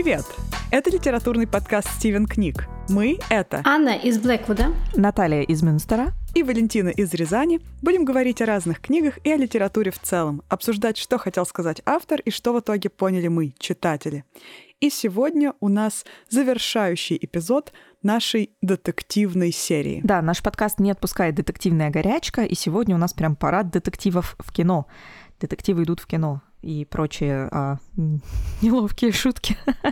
Привет! Это литературный подкаст «Стивен Книг». Мы — это Анна из Блэквуда, Наталья из Мюнстера и Валентина из Рязани. Будем говорить о разных книгах и о литературе в целом, обсуждать, что хотел сказать автор и что в итоге поняли мы, читатели. И сегодня у нас завершающий эпизод нашей детективной серии. Да, наш подкаст не отпускает детективная горячка, и сегодня у нас прям парад детективов в кино. Детективы идут в кино и прочие неловкие шутки.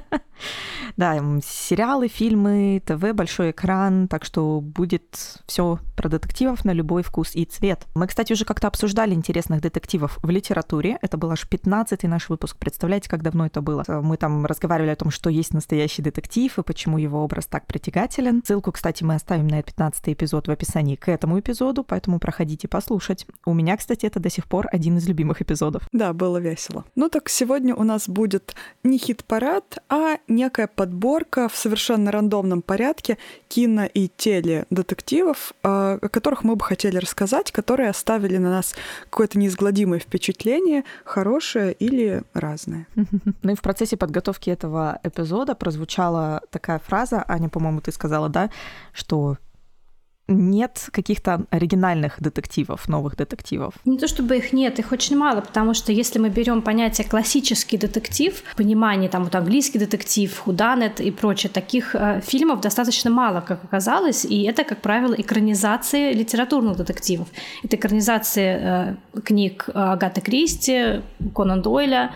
Да, сериалы, фильмы, ТВ, большой экран, так что будет все про детективов на любой вкус и цвет. Мы, кстати, уже как-то обсуждали интересных детективов в литературе. Это был аж 15-й наш выпуск. Представляете, как давно это было? Мы там разговаривали о том, что есть настоящий детектив и почему его образ так притягателен. Ссылку, кстати, мы оставим на 15-й эпизод в описании к этому эпизоду, поэтому проходите послушать. У меня, кстати, это до сих пор один из любимых эпизодов. Да, было весело. Ну так сегодня у нас будет не хит-парад, а некая подборка в совершенно рандомном порядке кино- и теледетективов, о которых мы бы хотели рассказать, которые оставили на нас какое-то неизгладимое впечатление, хорошее или разное. Ну и в процессе подготовки этого эпизода прозвучала такая фраза, Аня, по-моему, ты сказала, да, что нет каких-то оригинальных детективов, новых детективов. Не то чтобы их нет, их очень мало, потому что если мы берем понятие классический детектив, понимание там вот английский детектив, whodunit и прочее, таких фильмов достаточно мало, как оказалось, и это, как правило, экранизации литературных детективов. Это экранизации книг Агаты Кристи, Конан Дойля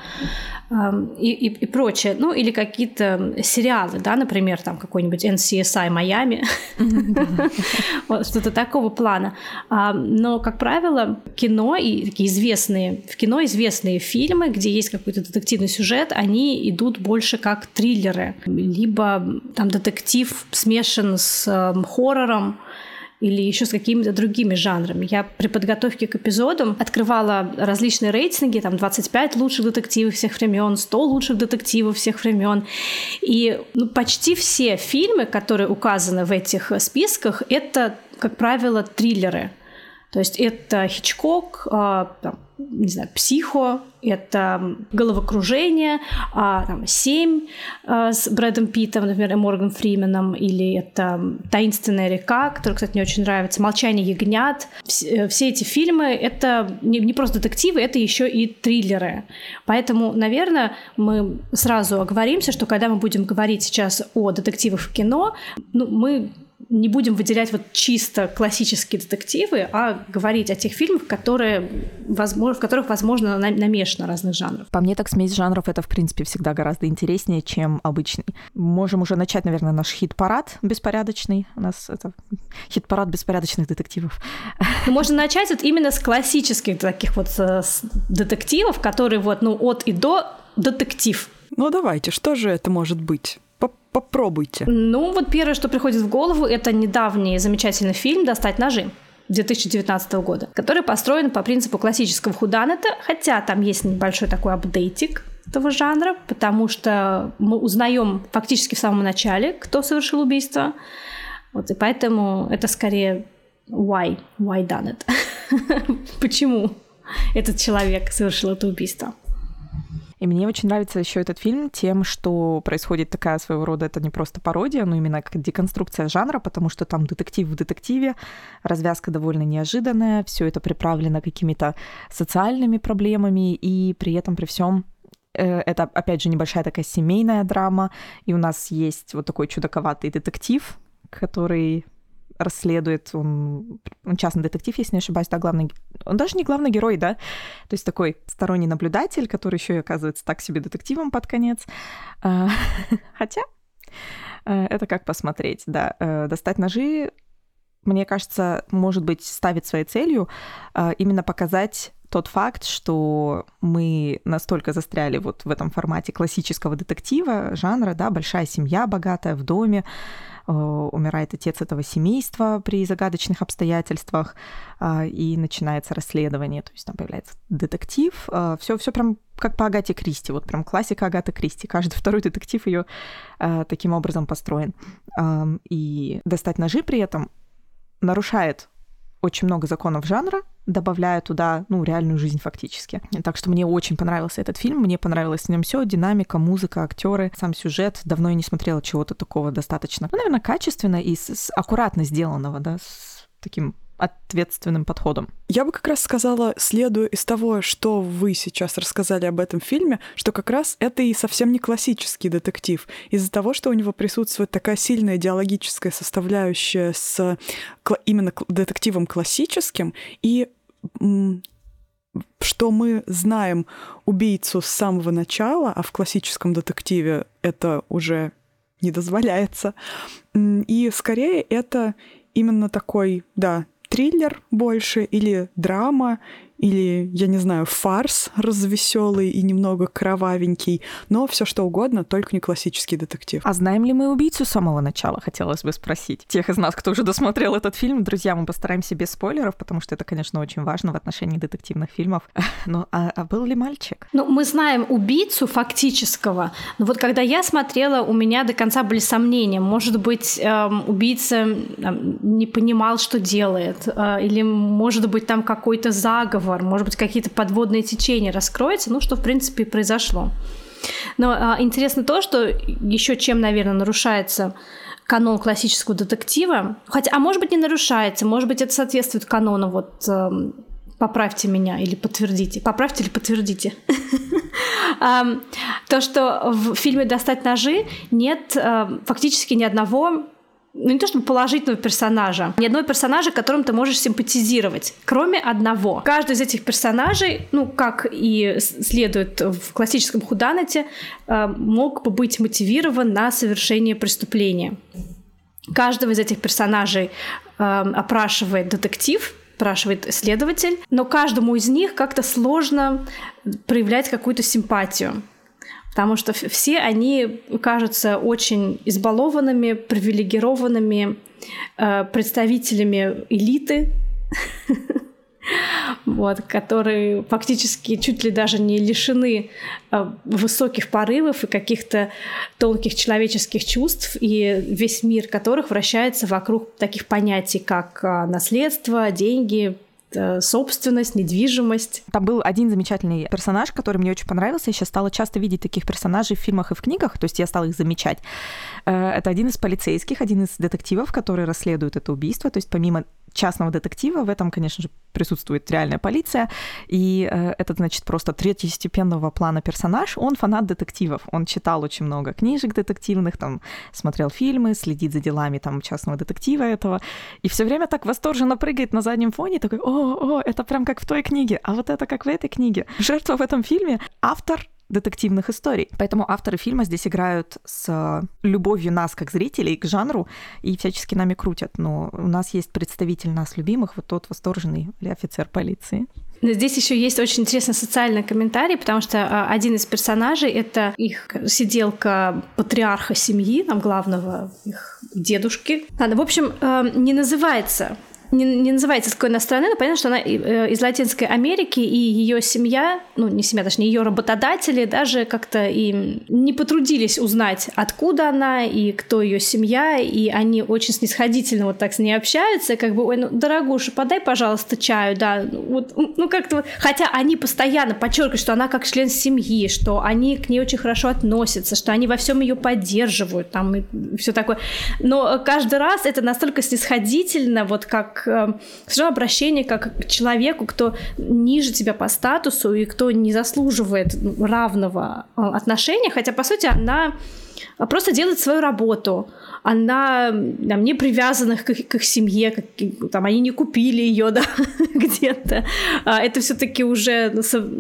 и прочее. Ну, или какие-то сериалы, да, например, там какой-нибудь NCSI Майами, что-то такого плана. Но, как правило, кино и такие в кино известные фильмы, где есть какой-то детективный сюжет, они идут больше как триллеры. Либо там детектив смешан с хоррором, или еще с какими-то другими жанрами. Я при подготовке к эпизодам открывала различные рейтинги, там 25 лучших детективов всех времен, 100 лучших детективов всех времен. И почти все фильмы, которые указаны в этих списках, это, как правило, триллеры. То есть это Хичкок, не знаю, «Психо», это «Головокружение», 7 с Брэдом Питтом, например, и Морганом Фрименом, или это «Таинственная река», которая, кстати, мне очень нравится, «Молчание ягнят». Все эти фильмы — это не просто детективы, это еще и триллеры. Поэтому, наверное, мы сразу оговоримся, что когда мы будем говорить сейчас о детективах в кино, мы не будем выделять вот чисто классические детективы, а говорить о тех фильмах, в которых, возможно, намешано разных жанров. По мне, так смесь жанров — это, в принципе, всегда гораздо интереснее, чем обычный. Можем уже начать, наверное, наш хит-парад беспорядочный. У нас это хит-парад беспорядочных детективов. Можно начать вот именно с классических таких вот детективов, которые вот, от и до детектив. Ну давайте, что же это может быть? Попробуйте. Вот первое, что приходит в голову, это недавний замечательный фильм «Достать ножи» 2019 года, который построен по принципу классического whodunit, хотя там есть небольшой такой апдейтик этого жанра, потому что мы узнаем фактически в самом начале, кто совершил убийство. И поэтому это скорее why done it? Почему этот человек совершил это убийство? И мне очень нравится еще этот фильм тем, что происходит такая своего рода, это не просто пародия, но именно как деконструкция жанра, потому что там детектив в детективе, развязка довольно неожиданная, все это приправлено какими-то социальными проблемами, и при этом, при всем это, опять же, небольшая такая семейная драма, и у нас есть вот такой чудаковатый детектив, который расследует, он частный детектив, если не ошибаюсь, да, он даже не главный герой, да, то есть такой сторонний наблюдатель, который еще и оказывается так себе детективом под конец, хотя это как посмотреть, да, «Достать ножи», мне кажется, может быть, ставит своей целью именно показать тот факт, что мы настолько застряли вот в этом формате классического детектива, жанра, да, большая семья, богатая, в доме, умирает отец этого семейства при загадочных обстоятельствах, и начинается расследование, то есть там появляется детектив, все прям как по Агате Кристи, вот прям классика Агаты Кристи, каждый второй детектив ее таким образом построен. И «Достать ножи» при этом нарушает очень много законов жанра, добавляя туда, реальную жизнь фактически. Так что мне очень понравился этот фильм, мне понравилось в нем все: динамика, музыка, актеры, сам сюжет. Давно я не смотрела чего-то такого достаточно, наверное, качественно и аккуратно сделанного, да, с таким ответственным подходом. Я бы как раз сказала, следуя из того, что вы сейчас рассказали об этом фильме, что как раз это и совсем не классический детектив. Из-за того, что у него присутствует такая сильная идеологическая составляющая с именно детективом классическим, и что мы знаем убийцу с самого начала, а в классическом детективе это уже не дозволяется. И скорее это именно такой, да, триллер больше, или драма, или, я не знаю, фарс развеселый и немного кровавенький, но все что угодно, только не классический детектив. А знаем ли мы убийцу с самого начала, хотелось бы спросить. Тех из нас, кто уже досмотрел этот фильм, друзья, мы постараемся без спойлеров, потому что это, конечно, очень важно в отношении детективных фильмов. Ну, а был ли мальчик? Мы знаем убийцу фактического, но вот когда я смотрела, у меня до конца были сомнения. Может быть, убийца не понимал, что делает, или, может быть, там какой-то заговор, может быть, какие-то подводные течения раскроются, что, в принципе, и произошло. Но интересно то, что еще чем, наверное, нарушается канон классического детектива, а может быть, не нарушается, может быть, это соответствует канону, поправьте меня или подтвердите. Поправьте или подтвердите. То, что в фильме «Достать ножи» нет фактически ни одного, не то чтобы положительного персонажа, ни одного персонажа, которым ты можешь симпатизировать, кроме одного. Каждый из этих персонажей, как и следует в классическом худанете, мог бы быть мотивирован на совершение преступления. Каждого из этих персонажей опрашивает детектив, спрашивает следователь, но каждому из них как-то сложно проявлять какую-то симпатию. Потому что все они кажутся очень избалованными, привилегированными представителями элиты, которые фактически чуть ли даже не лишены высоких порывов и каких-то тонких человеческих чувств, и весь мир которых вращается вокруг таких понятий, как наследство, деньги, собственность, недвижимость. Там был один замечательный персонаж, который мне очень понравился. Я сейчас стала часто видеть таких персонажей в фильмах и в книгах, то есть я стала их замечать. Это один из полицейских, один из детективов, который расследует это убийство. То есть помимо частного детектива в этом, конечно же, присутствует реальная полиция, и этот, значит, просто третьестепенного плана персонаж. Он фанат детективов, он читал очень много книжек детективных, там, смотрел фильмы, следит за делами там частного детектива этого, и все время так восторженно прыгает на заднем фоне, такой: о, это прям как в той книге, а вот это как в этой книге. Жертва в этом фильме — автор детективных историй. Поэтому авторы фильма здесь играют с любовью нас, как зрителей, к жанру, и всячески нами крутят. Но у нас есть представитель нас любимых, вот тот восторженный офицер полиции. Но здесь еще есть очень интересный социальный комментарий, потому что один из персонажей — это их сиделка патриарха семьи, главного их дедушки. Она, в общем, не называется с какой она страны, но понятно, что она из Латинской Америки, и ее семья, не семья, точнее, ее работодатели даже как-то и не потрудились узнать, откуда она и кто ее семья, и они очень снисходительно так с ней общаются, ой, дорогуша, подай, пожалуйста, чаю, да, как-то, хотя они постоянно подчеркивают, что она как член семьи, что они к ней очень хорошо относятся, что они во всем ее поддерживают, там, и все такое, но каждый раз это настолько снисходительно, как все равно обращение как к человеку, кто ниже тебя по статусу и кто не заслуживает равного отношения, хотя, по сути, она просто делает свою работу. Она не привязана к их семье, они не купили ее, да, где-то. Это все-таки уже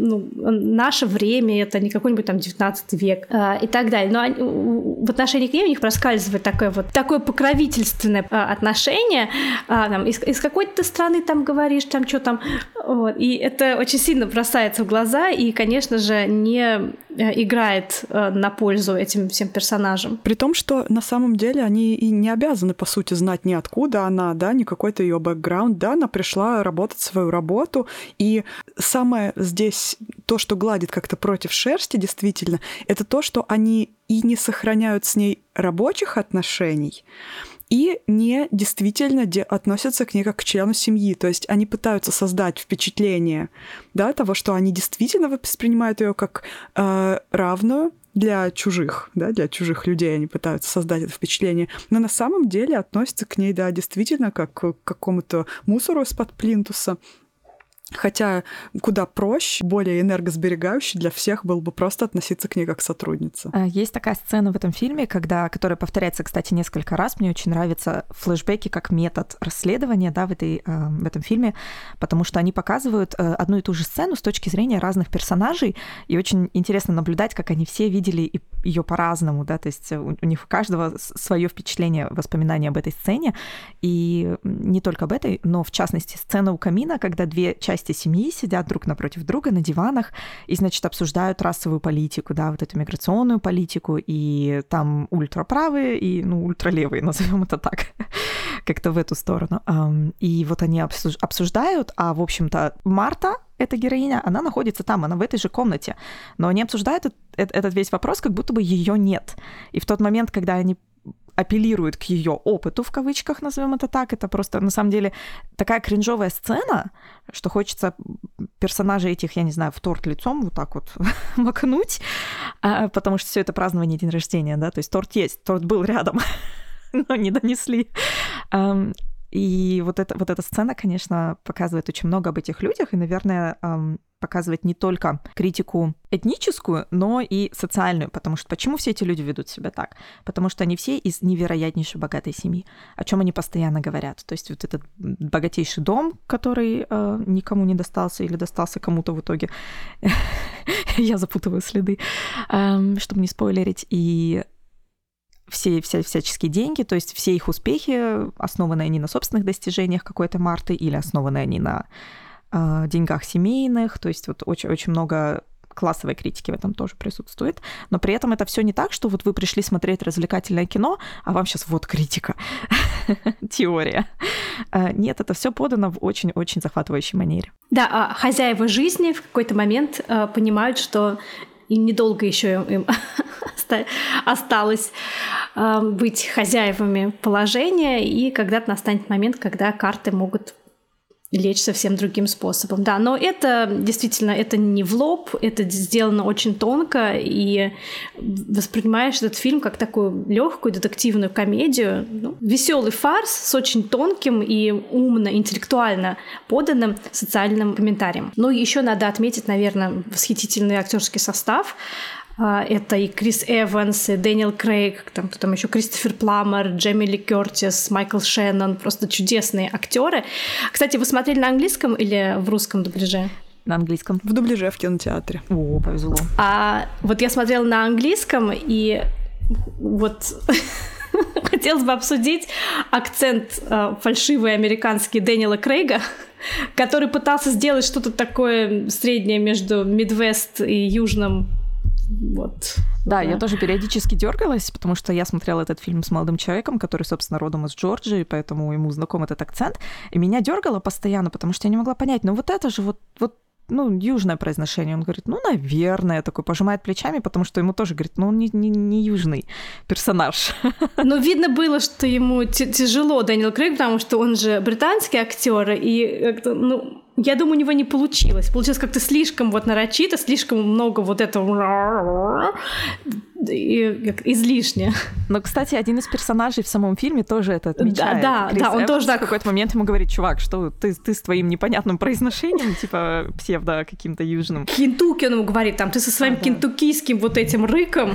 наше время, это не какой-нибудь 19 век и так далее. Но в отношении к ней у них проскальзывает такое покровительственное отношение. Из какой-то страны говоришь, что там. И это очень сильно бросается в глаза и, конечно же, не играет на пользу этим всем персонажам. При том, что на самом деле они и не обязаны, по сути, знать ни откуда она, да, ни какой-то ее бэкграунд, да, она пришла работать свою работу, и самое здесь то, что гладит как-то против шерсти, действительно, это то, что они и не сохраняют с ней рабочих отношений, и не действительно относятся к ней как к члену семьи. То есть они пытаются создать впечатление, да, того, что они действительно воспринимают ее как равную для чужих, да, для чужих людей. Они пытаются создать это впечатление, но на самом деле относятся к ней, да, действительно как к какому-то мусору из-под плинтуса. Хотя куда проще, более энергосберегающий для всех был бы просто относиться к ней как к сотруднице. Есть такая сцена в этом фильме, которая повторяется, кстати, несколько раз. Мне очень нравятся флешбеки как метод расследования, да, в этом фильме, потому что они показывают одну и ту же сцену с точки зрения разных персонажей, и очень интересно наблюдать, как они все видели ее по-разному, да, то есть у них у каждого свое впечатление, воспоминание об этой сцене, и не только об этой, но в частности сцена у камина, когда две части семьи сидят друг напротив друга на диванах и, значит, обсуждают расовую политику, да, вот эту миграционную политику, и там ультраправые и, ультралевые, назовем это так, как-то в эту сторону. И вот они обсуждают, а, в общем-то, Марта, эта героиня, она находится там, она в этой же комнате, но они обсуждают этот весь вопрос, как будто бы ее нет. И в тот момент, когда они апеллирует к ее опыту, в кавычках назовем это так. Это просто, на самом деле, такая кринжовая сцена, что хочется персонажей этих, я не знаю, в торт лицом вот так вот макнуть, потому что все это празднование день рождения, да, то есть торт есть, торт был рядом, но не донесли. И вот эта сцена, конечно, показывает очень много об этих людях и, наверное, показывает не только критику этническую, но и социальную. Потому что почему все эти люди ведут себя так? Потому что они все из невероятнейшей богатой семьи. О чем они постоянно говорят? То есть вот этот богатейший дом, который никому не достался или достался кому-то в итоге. Я запутываю следы, чтобы не спойлерить. И все всяческие деньги, то есть все их успехи, основаны они на собственных достижениях какой-то Марты или основаны они на деньгах семейных, то есть вот очень много классовой критики в этом тоже присутствует, но при этом это все не так, что вот вы пришли смотреть развлекательное кино, а вам сейчас вот критика, теория. Нет, это все подано в очень-очень захватывающей манере. Да, хозяева жизни в какой-то момент понимают, что им недолго еще им осталось быть хозяевами положения, и когда-то настанет момент, когда карты могут лечь совсем другим способом. Да, но это действительно, это не в лоб, это сделано очень тонко, и воспринимаешь этот фильм как такую легкую детективную комедию, веселый фарс с очень тонким и умно, интеллектуально поданным социальным комментарием. Но еще надо отметить, наверное, восхитительный актерский состав. Это и Крис Эванс, и Дэниел Крейг, кто там еще Кристофер Пламмер, Джейми Ли Кёртис, Майкл Шеннон, просто чудесные актеры. Кстати, вы смотрели на английском или в русском дубляже? На английском. В дубляже в кинотеатре. О, повезло. Вот я смотрела на английском, и вот хотелось бы обсудить акцент фальшивый американский Дэниела Крейга, который пытался сделать что-то такое среднее между Мидвест и Южным. Вот. Да, я тоже периодически дергалась, потому что я смотрела этот фильм с молодым человеком, который, собственно, родом из Джорджии, поэтому ему знаком этот акцент. И меня дергало постоянно, потому что я не могла понять, вот это же южное произношение. Он говорит, наверное, такой пожимает плечами, потому что ему тоже говорит, он не южный персонаж. Но видно было, что ему тяжело, Дэниел Крейг, потому что он же британский актер, и как-то, я думаю, у него не получилось. Получилось как-то слишком нарочито, слишком много этого излишне. Но, кстати, один из персонажей в самом фильме тоже это отмечает. Да, он тоже так. В какой-то момент ему говорит, чувак, что ты с твоим непонятным произношением, типа псевдо каким-то южным. Кентукки он ему говорит, ты со своим кентуккийским этим рыком.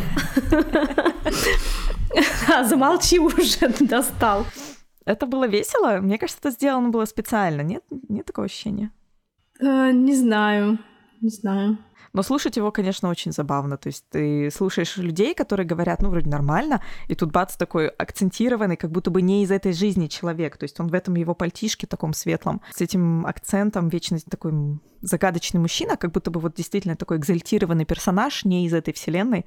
Замолчи уже, достал. Это было весело? Мне кажется, это сделано было специально. Нет такого ощущения? Не знаю. Но слушать его, конечно, очень забавно. То есть ты слушаешь людей, которые говорят, вроде нормально, и тут бац, такой акцентированный, как будто бы не из этой жизни человек. То есть он в этом его пальтишке таком светлом, с этим акцентом, вечно такой загадочный мужчина, как будто бы действительно такой экзальтированный персонаж, не из этой вселенной.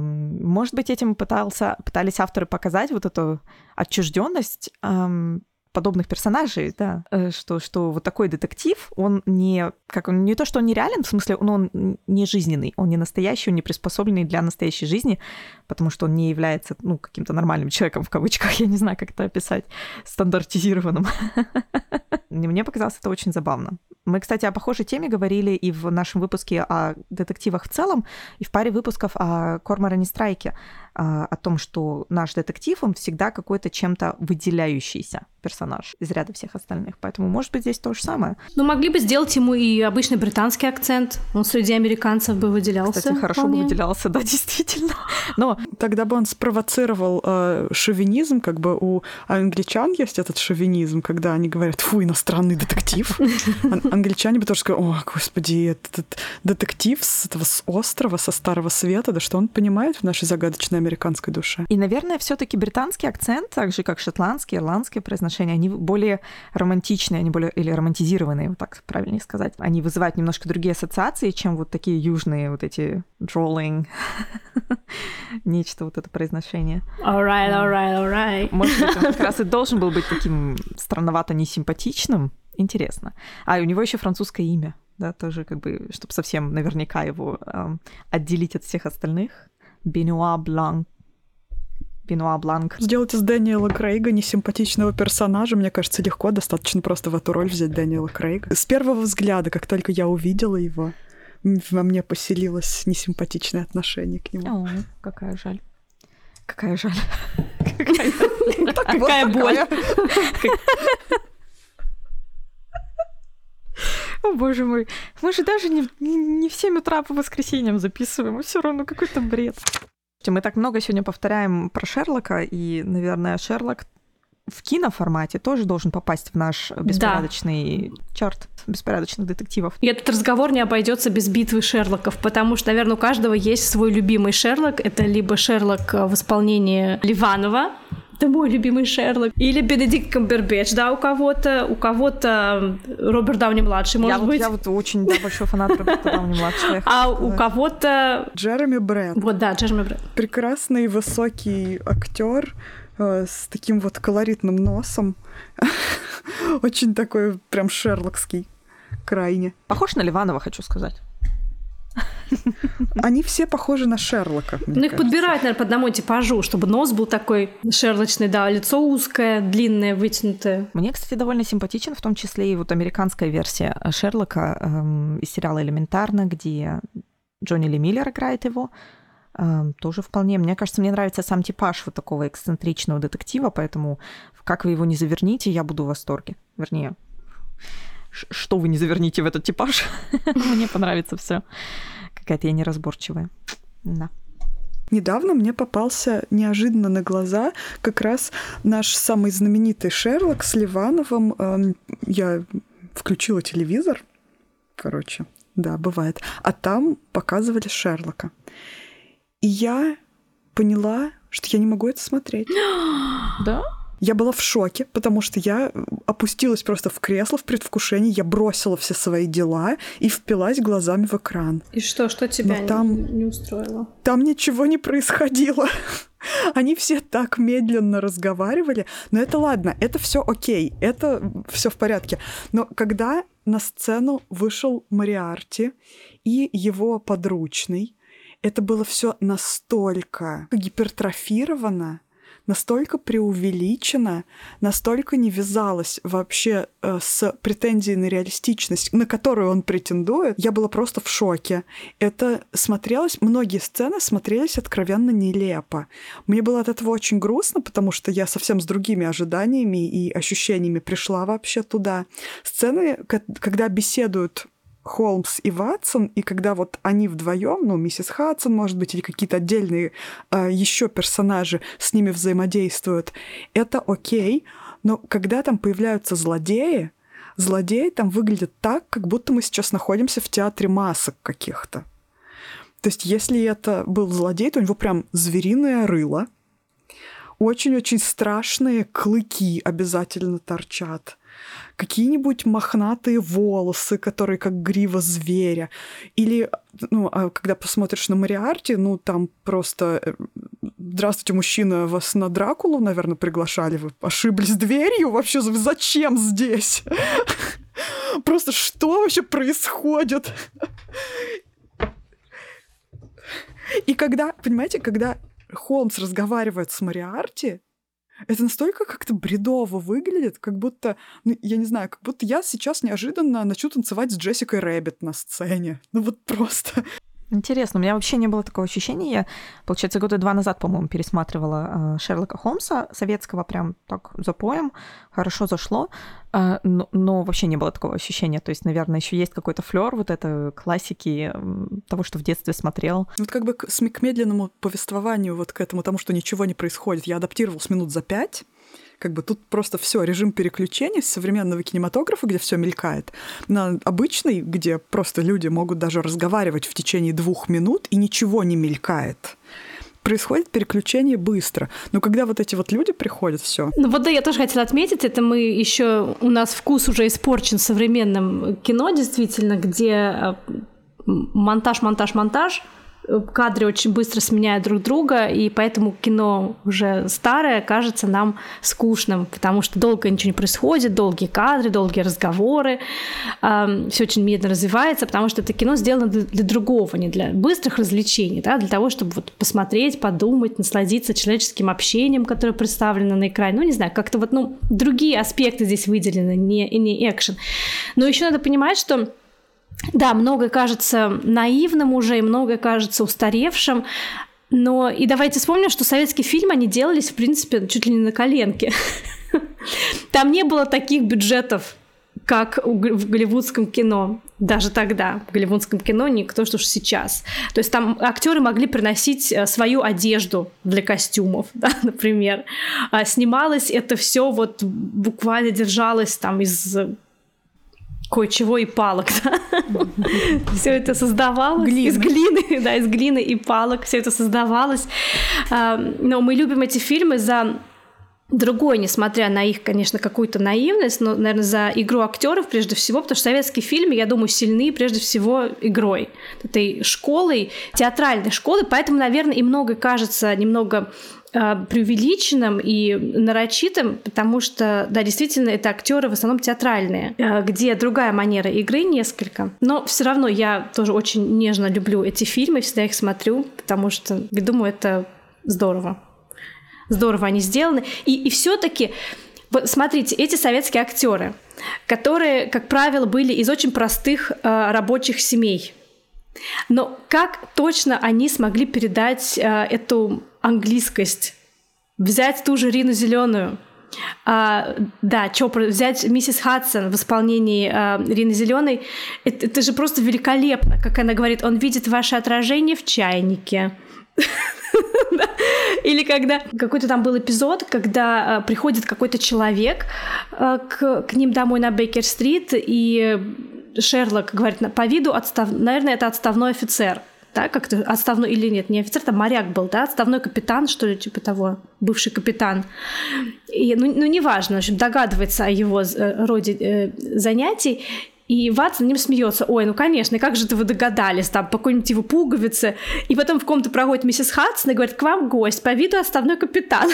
Может быть, этим пытались авторы показать эту отчужденность, подобных персонажей, да, что вот такой детектив, он не то, что он нереален, в смысле, он не жизненный, он не настоящий, он не приспособленный для настоящей жизни, потому что он не является, каким-то нормальным человеком, в кавычках, я не знаю, как это описать, стандартизированным. Мне показалось это очень забавно. Мы, кстати, о похожей теме говорили и в нашем выпуске о детективах в целом, и в паре выпусков о Корморане Страйке, о том, что наш детектив, он всегда какой-то чем-то выделяющийся персонаж из ряда всех остальных. Поэтому, может быть, здесь то же самое. Могли бы сделать ему и обычный британский акцент. Он среди американцев бы выделялся. Кстати, хорошо бы выделялся, да, действительно. Но тогда бы он спровоцировал шовинизм, как бы у англичан есть этот шовинизм, когда они говорят: фу, иностранный детектив. Англичане бы тоже сказали: о, господи, этот детектив с острова, со Старого Света, да что он понимает в нашей загадочной американской душе. И, наверное, все-таки британский акцент, так же как шотландский, ирландское произношение, они более романтичные, они более или романтизированные, вот так правильнее сказать. Они вызывают немножко другие ассоциации, чем вот такие южные вот эти drawling, нечто вот это произношение. Alright. Может быть, он как раз и должен был быть таким странновато несимпатичным. Интересно. У него еще французское имя, да, тоже как бы, чтобы совсем наверняка его отделить от всех остальных. Бенуа Бланк. Сделать из Дэниела Крейга несимпатичного персонажа, мне кажется, легко. Достаточно просто в эту роль взять Дэниела Крейга. С первого взгляда, как только я увидела его, во мне поселилось несимпатичное отношение к нему. О, какая жаль. Какая боль. О, боже мой. Мы же даже не в 7 утра по воскресеньям записываем, а все равно какой-то бред. Мы так много сегодня повторяем про Шерлока, и, наверное, Шерлок в киноформате тоже должен попасть в наш беспорядочный чарт беспорядочных детективов. И этот разговор не обойдется без битвы Шерлоков, потому что, наверное, у каждого есть свой любимый Шерлок. Это либо Шерлок в исполнении Ливанова, это мой любимый Шерлок. Или Бенедикт Камбербэтч, да, у кого-то Роберт Дауни-младший, может быть. Я вот очень большой фанат Роберта Дауни-младшего. А у кого-то... Джереми Брент. Вот, да, Джереми Брент. Прекрасный высокий актер с таким вот колоритным носом. Очень такой прям шерлокский, крайне. Похож на Ливанова, хочу сказать. Они все похожи на Шерлока. Их подбирают, наверное, по одному типажу, чтобы нос был такой шерлочный, да, лицо узкое, длинное, вытянутое. Мне, кстати, довольно симпатичен, в том числе и вот американская версия Шерлока из сериала «Элементарно», где Джонни Ли Миллер играет его. Тоже вполне. Мне кажется, мне нравится сам типаж вот такого эксцентричного детектива, поэтому как вы его не заверните, я буду в восторге. Вернее, что вы не заверните в этот типаж, мне понравится все. Какая-то я неразборчивая. Да. Недавно мне попался неожиданно на глаза как раз наш самый знаменитый Шерлок с Ливановым. Я включила телевизор, да, бывает, а там показывали Шерлока. И я поняла, что я не могу это смотреть. Да? Я была в шоке, потому что я опустилась просто в кресло в предвкушении, я бросила все свои дела и впилась глазами в экран. И что тебя не устроило? Там ничего не происходило. Они все так медленно разговаривали. Но это ладно, это все окей, это все в порядке. Но когда на сцену вышел Мориарти и его подручный, это было все настолько гипертрофировано, настолько преувеличено, настолько не вязалось вообще с претензией на реалистичность, на которую он претендует. Я была просто в шоке. Многие сцены смотрелись откровенно нелепо. Мне было от этого очень грустно, потому что я совсем с другими ожиданиями и ощущениями пришла вообще туда. Сцены, когда беседуют Холмс и Ватсон, и когда вот они вдвоем, миссис Хадсон, может быть, или какие-то отдельные еще персонажи с ними взаимодействуют, это окей, но когда там появляются злодеи там выглядят так, как будто мы сейчас находимся в театре масок каких-то. То есть если это был злодей, то у него прям звериное рыло, очень-очень страшные клыки обязательно торчат, какие-нибудь мохнатые волосы, которые как грива зверя. Или, когда посмотришь на Мориарти, там просто Здравствуйте, мужчина, вас на Дракулу, наверное, приглашали, вы ошиблись дверью? Вообще, зачем здесь? Просто что вообще происходит? И когда, понимаете, когда Холмс разговаривает с Мориарти, это настолько как-то бредово выглядит, как будто, ну, я не знаю, как будто я сейчас неожиданно начну танцевать с Джессикой Рэббит на сцене. Ну вот просто... Интересно, у меня вообще не было такого ощущения. Я, получается, 2 года назад, по-моему, пересматривала Шерлока Холмса советского прям так запоем. Хорошо зашло, но вообще не было такого ощущения. То есть, наверное, еще есть какой-то флёр вот это классики того, что в детстве смотрел. Вот как бы к медленному повествованию, вот к этому тому, что ничего не происходит, я адаптировалась минут за 5. Как бы тут просто все режим переключения с современного кинематографа, где все мелькает, на обычный, где просто люди могут даже разговаривать в течение 2 минут и ничего не мелькает. Происходит переключение быстро. Но когда вот эти вот люди приходят, все. Ну вот да, я тоже хотела отметить, это мы еще у нас вкус уже испорчен в современном кино, действительно, где монтаж, кадры очень быстро сменяют друг друга, и поэтому кино уже старое кажется нам скучным, потому что долго ничего не происходит, долгие кадры, долгие разговоры, все очень медленно развивается, потому что это кино сделано для другого, не для быстрых развлечений, да, для того, чтобы вот посмотреть, подумать, насладиться человеческим общением, которое представлено на экране. Ну, не знаю, как-то вот, другие аспекты здесь выделены, не экшен. Но еще надо понимать, что да, многое кажется наивным уже, и многое кажется устаревшим, но и давайте вспомним, что советские фильмы, они делались, в принципе, чуть ли не на коленке. Там не было таких бюджетов, как в голливудском кино. Даже тогда в голливудском кино не то, что сейчас. То есть там актеры могли приносить свою одежду для костюмов, да, например. Снималось это все вот буквально держалось там из кое-чего и палок, да? Все это создавалось из глины, да, из глины и палок, все это создавалось. Но мы любим эти фильмы за другой, несмотря на их, конечно, какую-то наивность, но, наверное, за игру актеров прежде всего, потому что советские фильмы, я думаю, сильны прежде всего игрой, этой школой, театральной школой, поэтому, наверное, и многое кажется немного преувеличенным и нарочитым, потому что, да, действительно, это актеры в основном театральные, где другая манера игры несколько. Но все равно я тоже очень нежно люблю эти фильмы, всегда их смотрю, потому что, я думаю, это здорово. Здорово они сделаны. И все-таки, вот смотрите, эти советские актеры, которые, как правило, были из очень простых рабочих семей. Но как точно они смогли передать эту английскость? Взять ту же Рину Зеленую, взять миссис Хадсон в исполнении Рины Зеленой, это же просто великолепно, как она говорит, он видит ваше отражение в чайнике. Или когда какой-то там был эпизод, когда приходит какой-то человек к ним домой на Бейкер-стрит, и Шерлок говорит, по виду, наверное, это отставной офицер. Да, как-то отставной или нет, не офицер, там моряк был, да, отставной капитан, что ли, типа того, бывший капитан. И, неважно, в общем, догадывается о его роде занятий, и Ватсон ним смеется. Ой, конечно, как же это вы догадались, там, по какой-нибудь его пуговице. И потом в комнату проходит миссис Хадсон и говорит, к вам гость, по виду отставной капитан.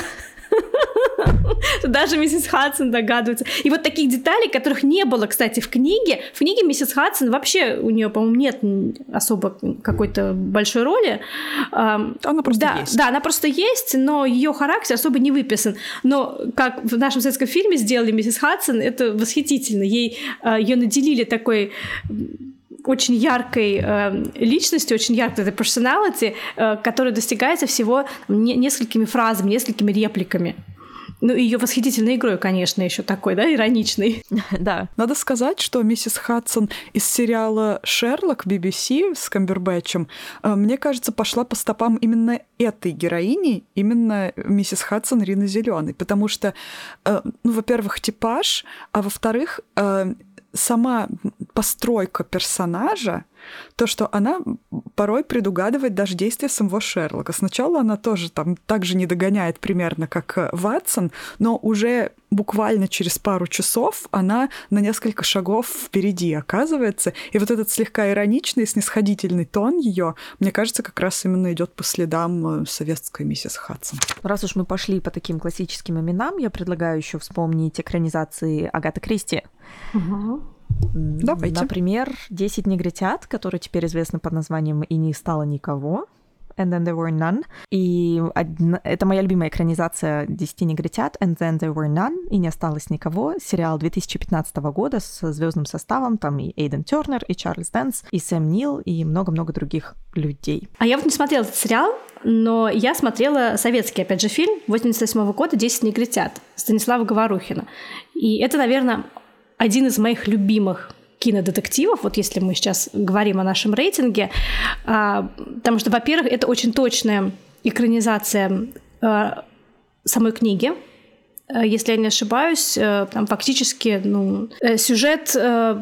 Даже миссис Хадсон догадывается. И вот таких деталей, которых не было, кстати, в книге. В книге миссис Хадсон вообще, у нее, по-моему, нет особо какой-то большой роли. Она просто есть. Да, она просто есть, но ее характер особо не выписан. Но как в нашем советском фильме сделали миссис Хадсон, это восхитительно. Ее наделили такой очень яркой личностью, очень яркой этой personality, которая достигается всего несколькими фразами, несколькими репликами. Ну, и ее восхитительной игрой, конечно, еще такой, да, ироничной. Да. Надо сказать, что миссис Хадсон из сериала «Шерлок» BBC с Камбербэтчем, мне кажется, пошла по стопам именно этой героини, именно миссис Хадсон Рины Зеленой, потому что, во-первых, типаж, а во-вторых, сама постройка персонажа, то, что она порой предугадывает даже действия самого Шерлока. Сначала она тоже там так же не догоняет примерно, как Ватсон, но уже буквально через пару часов она на несколько шагов впереди оказывается. И вот этот слегка ироничный, снисходительный тон ее, мне кажется, как раз именно идет по следам советской миссис Хадсон. Раз уж мы пошли по таким классическим именам, я предлагаю еще вспомнить экранизации Агаты Кристи. Давайте. Например, «10 негритят», которые теперь известны под названием «И не стало никого». And Then There Were None. И это моя любимая экранизация «10 негритят», And Then There Were None, и не осталось никого. Сериал 2015 года с звездным составом. Там и Эйден Тёрнер, и Чарльз Дэнс, и Сэм Нил, и много-много других людей. А я вот не смотрела этот сериал, но я смотрела советский, опять же, фильм 88 года «10 негритят» Станислава Говорухина. И это, наверное, один из моих любимых кинодетективов, вот если мы сейчас говорим о нашем рейтинге, потому что, во-первых, это очень точная экранизация самой книги. Если я не ошибаюсь, там фактически сюжет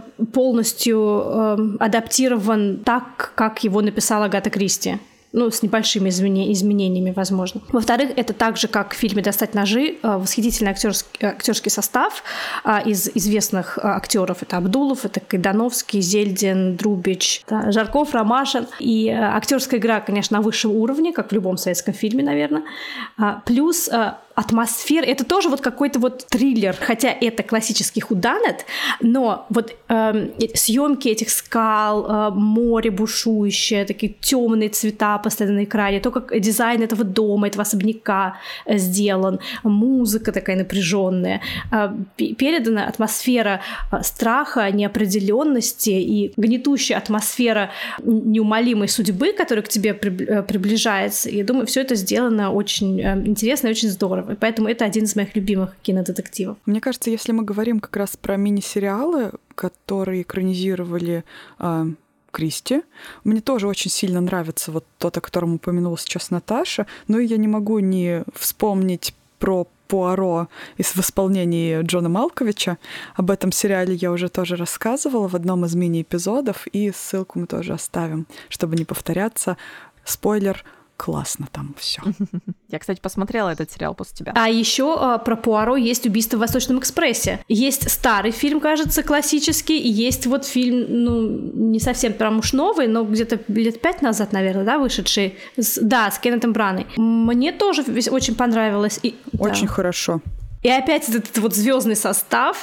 полностью адаптирован так, как его написала Агата Кристи. С небольшими изменениями, возможно. Во-вторых, это так же, как в фильме «Достать ножи», восхитительный актерский состав из известных актеров. Это Абдулов, это Кайдановский, Зельдин, Друбич, Жарков, Ромашин. И актерская игра, конечно, на высшем уровне, как в любом советском фильме, наверное. Плюс атмосфера, это тоже вот какой-то вот триллер, хотя это классический худанет, но вот съемки этих скал, море бушующее, такие темные цвета постоянно на экране, то, как дизайн этого дома, этого особняка сделан, музыка такая напряженная, передана атмосфера страха, неопределенности и гнетущая атмосфера неумолимой судьбы, которая к тебе приближается. Я думаю, все это сделано очень интересно и очень здорово. И поэтому это один из моих любимых кинодетективов. Мне кажется, если мы говорим как раз про мини-сериалы, которые экранизировали Кристи, мне тоже очень сильно нравится вот тот, о котором упомянула сейчас Наташа, но я не могу не вспомнить про Пуаро в исполнении Джона Малковича. Об этом сериале я уже тоже рассказывала в одном из мини-эпизодов, и ссылку мы тоже оставим, чтобы не повторяться. Спойлер — классно там все. Я, кстати, посмотрела этот сериал после тебя. А еще про Пуаро есть «Убийство в Восточном экспрессе». Есть старый фильм, кажется, классический, и есть вот фильм, не совсем прям уж новый, но где-то лет 5 назад, наверное, да, вышедший. С Кеннетом Браной. Мне тоже очень понравилось. Очень хорошо. И опять этот вот звездный состав.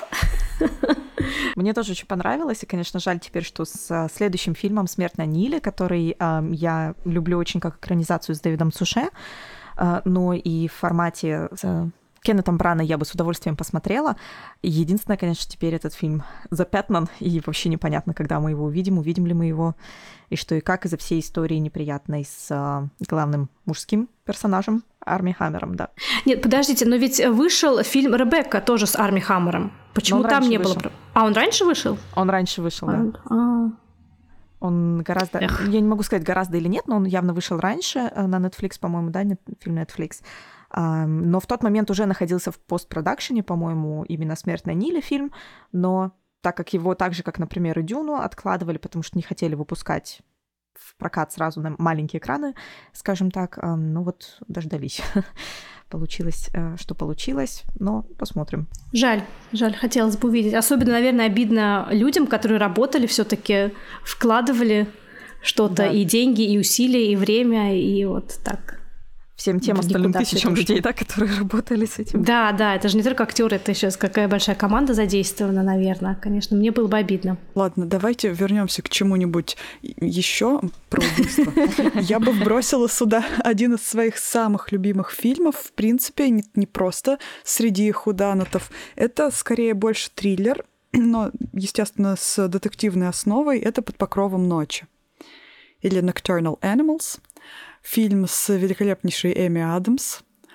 Мне тоже очень понравилось, и, конечно, жаль теперь, что с следующим фильмом «Смерть на Ниле», который я люблю очень как экранизацию с Дэвидом Суше, но и в формате с Кеннетом Брана я бы с удовольствием посмотрела. Единственное, конечно, теперь этот фильм запятнан, и вообще непонятно, когда мы его увидим ли мы его, и что и как из-за всей истории неприятной с главным мужским персонажем Арми Хаммером, да. Нет, подождите, но ведь вышел фильм «Ребекка» тоже с Арми Хаммером. Почему там не было? Он раньше вышел? Он раньше вышел, да. Он гораздо... Я не могу сказать, гораздо или нет, но он явно вышел раньше на Netflix, по-моему, да, фильм Netflix. Но в тот момент уже находился в постпродакшене, по-моему, именно «Смерть на Ниле» фильм, но так как его так же, как, например, и «Дюну» откладывали, потому что не хотели выпускать в прокат сразу на маленькие экраны, скажем так, вот дождались. Получилось, что получилось, но посмотрим. Жаль, хотелось бы увидеть. Особенно, наверное, обидно людям, которые работали, все-таки вкладывали что-то, да. И деньги, и усилия, и время, и вот так. Всем тем остальным тысячам людей, да, которые работали с этим. Да, это же не только актеры, это еще какая большая команда задействована, наверное. Конечно, мне было бы обидно. Ладно, давайте вернемся к чему-нибудь еще про убийство. Я бы вбросила сюда один из своих самых любимых фильмов, в принципе, не просто среди худанутов. Это скорее больше триллер, но, естественно, с детективной основой. Это «Под покровом ночи» или «Nocturnal Animals». Фильм с великолепнейшей Эми Адамс.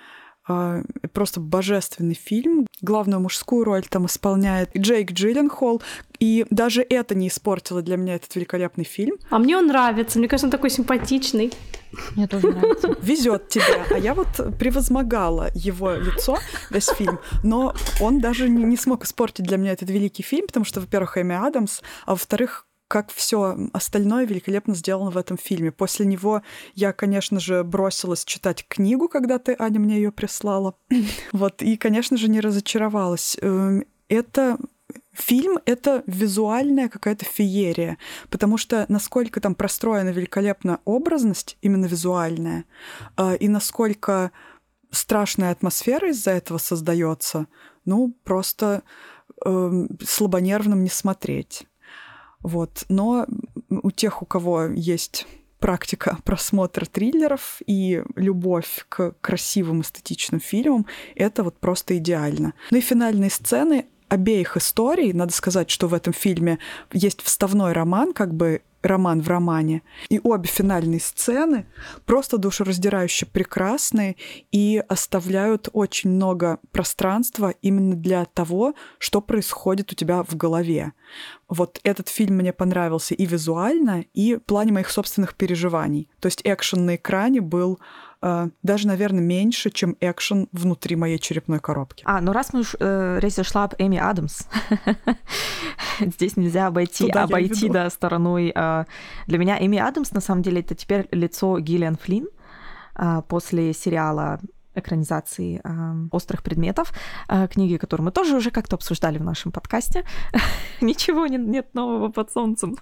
Просто божественный фильм. Главную мужскую роль там исполняет Джейк Джилленхол. И даже это не испортило для меня этот великолепный фильм. А мне он нравится. Мне кажется, он такой симпатичный. Мне тоже нравится. Везет тебе. А я вот превозмогала его лицо весь фильм, но он даже не смог испортить для меня этот великий фильм, потому что, во-первых, Эми Адамс, а во-вторых, как все остальное великолепно сделано в этом фильме. После него я, конечно же, бросилась читать книгу, когда ты, Аня, мне ее прислала. Вот, и, конечно же, не разочаровалась. Это фильм — это визуальная какая-то феерия, потому что насколько там простроена великолепно образность, именно визуальная, и насколько страшная атмосфера из-за этого создается, ну, просто слабонервным не смотреть. Вот. Но у тех, у кого есть практика просмотра триллеров и любовь к красивым эстетичным фильмам, это вот просто идеально. Ну и финальные сцены обеих историй, надо сказать, что в этом фильме есть вставной роман, как бы роман в романе, и обе финальные сцены просто душераздирающе прекрасные и оставляют очень много пространства именно для того, что происходит у тебя в голове. Вот этот фильм мне понравился и визуально, и в плане моих собственных переживаний. То есть экшен на экране был даже, наверное, меньше, чем экшен внутри моей черепной коробки. Ну раз мы уж речь зашла об Эми Адамс, здесь нельзя обойти стороной. Для меня Эми Адамс, на самом деле, это теперь лицо Гиллиан Флинн после сериала экранизации «Острых предметов», книги, которую мы тоже уже как-то обсуждали в нашем подкасте. Ничего нет нового под солнцем.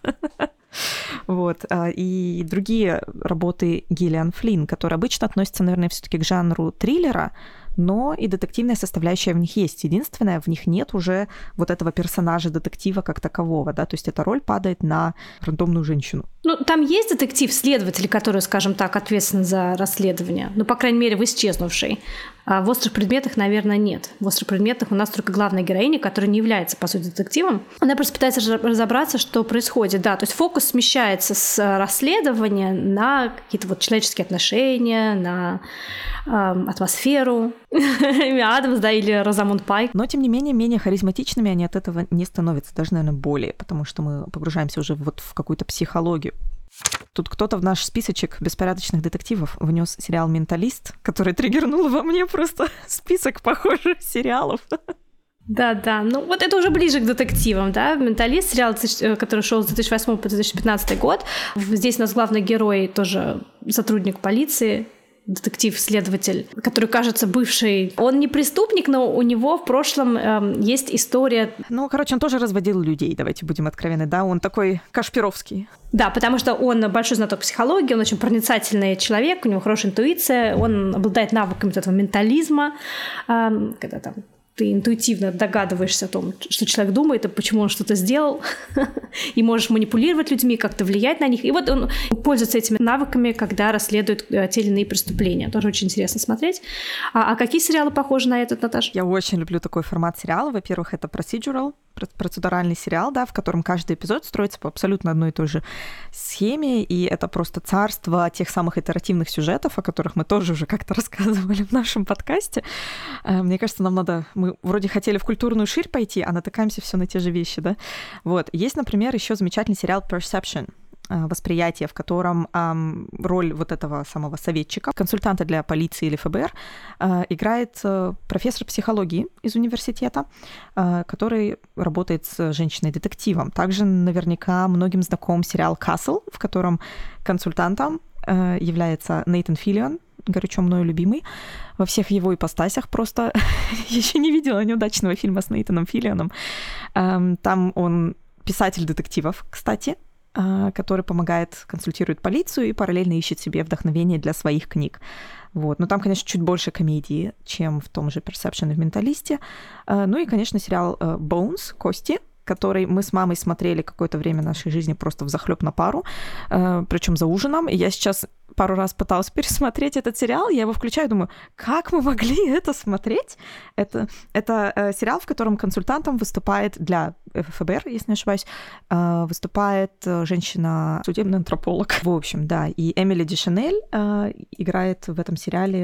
Вот. И другие работы Гиллиан Флинн, которые обычно относятся, наверное, все-таки к жанру триллера, но и детективная составляющая в них есть. Единственное, в них нет уже вот этого персонажа детектива как такового, да, то есть эта роль падает на рандомную женщину. Ну, там есть детектив-следователь, который, скажем так, ответственен за расследование, ну, по крайней мере, в «Исчезнувшей». А в «Острых предметах», наверное, нет. В «Острых предметах» у нас только главная героиня, которая не является, по сути, детективом. Она просто пытается разобраться, что происходит. Да, то есть фокус смещается с расследования на какие-то вот человеческие отношения, на атмосферу. Эми Адамс, да, или Розамунд Пайк. Но, тем не менее, менее харизматичными они от этого не становятся, даже, наверное, более, потому что мы погружаемся уже вот в какую-то психологию. Тут кто-то в наш списочек беспорядочных детективов внес сериал «Менталист», который триггернул во мне просто список похожих сериалов. Да, ну вот это уже ближе к детективам, да, «Менталист», сериал, который шел с 2008 по 2015 год. Здесь у нас главный герой тоже сотрудник полиции, детектив-следователь, который, кажется, бывший. Он не преступник, но у него в прошлом есть история... Ну, короче, он тоже разводил людей, давайте будем откровенны, да? Он такой Кашпировский. Да, потому что он большой знаток психологии, он очень проницательный человек, у него хорошая интуиция, он обладает навыками вот этого ментализма, когда там ты интуитивно догадываешься о том, что человек думает, и почему он что-то сделал, и можешь манипулировать людьми, как-то влиять на них. И вот он пользуется этими навыками, когда расследует те или иные преступления. Тоже очень интересно смотреть. А какие сериалы похожи на этот, Наташа? Я очень люблю такой формат сериала. Во-первых, это procedural, процедуральный сериал, да, в котором каждый эпизод строится по абсолютно одной и той же схеме, и это просто царство тех самых итеративных сюжетов, о которых мы тоже уже как-то рассказывали в нашем подкасте. Мне кажется, нам надо... Мы вроде хотели в культурную ширь пойти, а натыкаемся все на те же вещи, да. Вот. Есть, например, еще замечательный сериал «Perception», восприятие, в котором роль вот этого самого советчика, консультанта для полиции или ФБР, играет профессор психологии из университета, который работает с женщиной-детективом. Также наверняка многим знаком сериал «Castle», в котором консультантом является Нейтан Филлион, горячо мною любимый, во всех его ипостасях просто. Я еще не видела неудачного фильма с Нейтаном Филлионом. Там он писатель детективов, кстати, который помогает, консультирует полицию и параллельно ищет себе вдохновение для своих книг. Вот. Но там, конечно, чуть больше комедии, чем в том же «Perception» и в «Менталисте». Ну и, конечно, сериал «Bones», «Кости», который мы с мамой смотрели какое-то время нашей жизни просто взахлёб на пару, причем за ужином. И я сейчас пару раз пыталась пересмотреть этот сериал, я его включаю, думаю, как мы могли это смотреть? Это сериал, в котором консультантом выступает для ФБР, если не ошибаюсь, выступает женщина, судебный антрополог. В общем, да, и Эмили Дешанель играет в этом сериале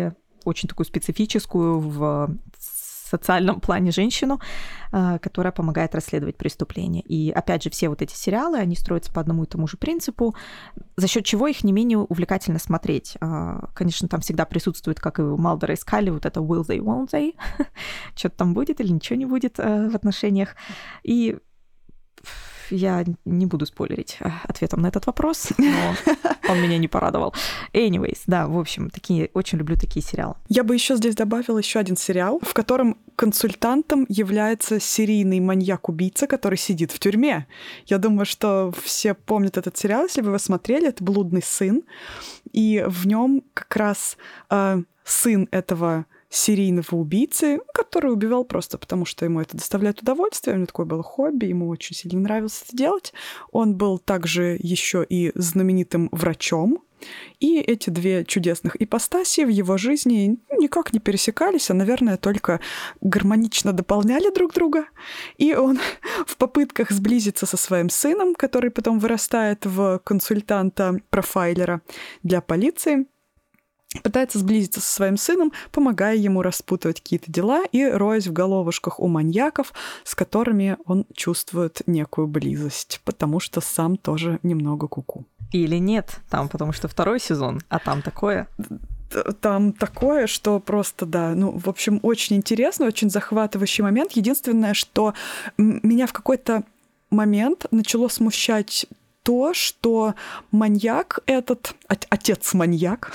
очень такую специфическую в социальном плане женщину, которая помогает расследовать преступления. И опять же, все вот эти сериалы, они строятся по одному и тому же принципу, за счет чего их не менее увлекательно смотреть. Конечно, там всегда присутствует, как и у Малдера и Скалли, вот это will they, won't they? Что-то там будет или ничего не будет в отношениях. И я не буду спойлерить ответом на этот вопрос, но он меня не порадовал. Anyways, да, в общем, очень люблю такие сериалы. Я бы еще здесь добавила еще один сериал, в котором консультантом является серийный маньяк-убийца, который сидит в тюрьме. Я думаю, что все помнят этот сериал, если вы его смотрели. Это «Блудный сын». И в нем как раз сын этого серийного убийцы, который убивал просто потому, что ему это доставляет удовольствие. У него такое было хобби, ему очень сильно нравилось это делать. Он был также еще и знаменитым врачом. И эти две чудесных ипостаси в его жизни никак не пересекались, а, наверное, только гармонично дополняли друг друга. И он в попытках сблизиться со своим сыном, который потом вырастает в консультанта-профайлера для полиции, пытается сблизиться со своим сыном, помогая ему распутывать какие-то дела и роясь в головушках у маньяков, с которыми он чувствует некую близость, потому что сам тоже немного куку. Или нет, там, потому что второй сезон, а там такое. Там такое, что просто, да, в общем, очень интересно, очень захватывающий момент. Единственное, что меня в какой-то момент начало смущать то, что маньяк этот, отец-маньяк,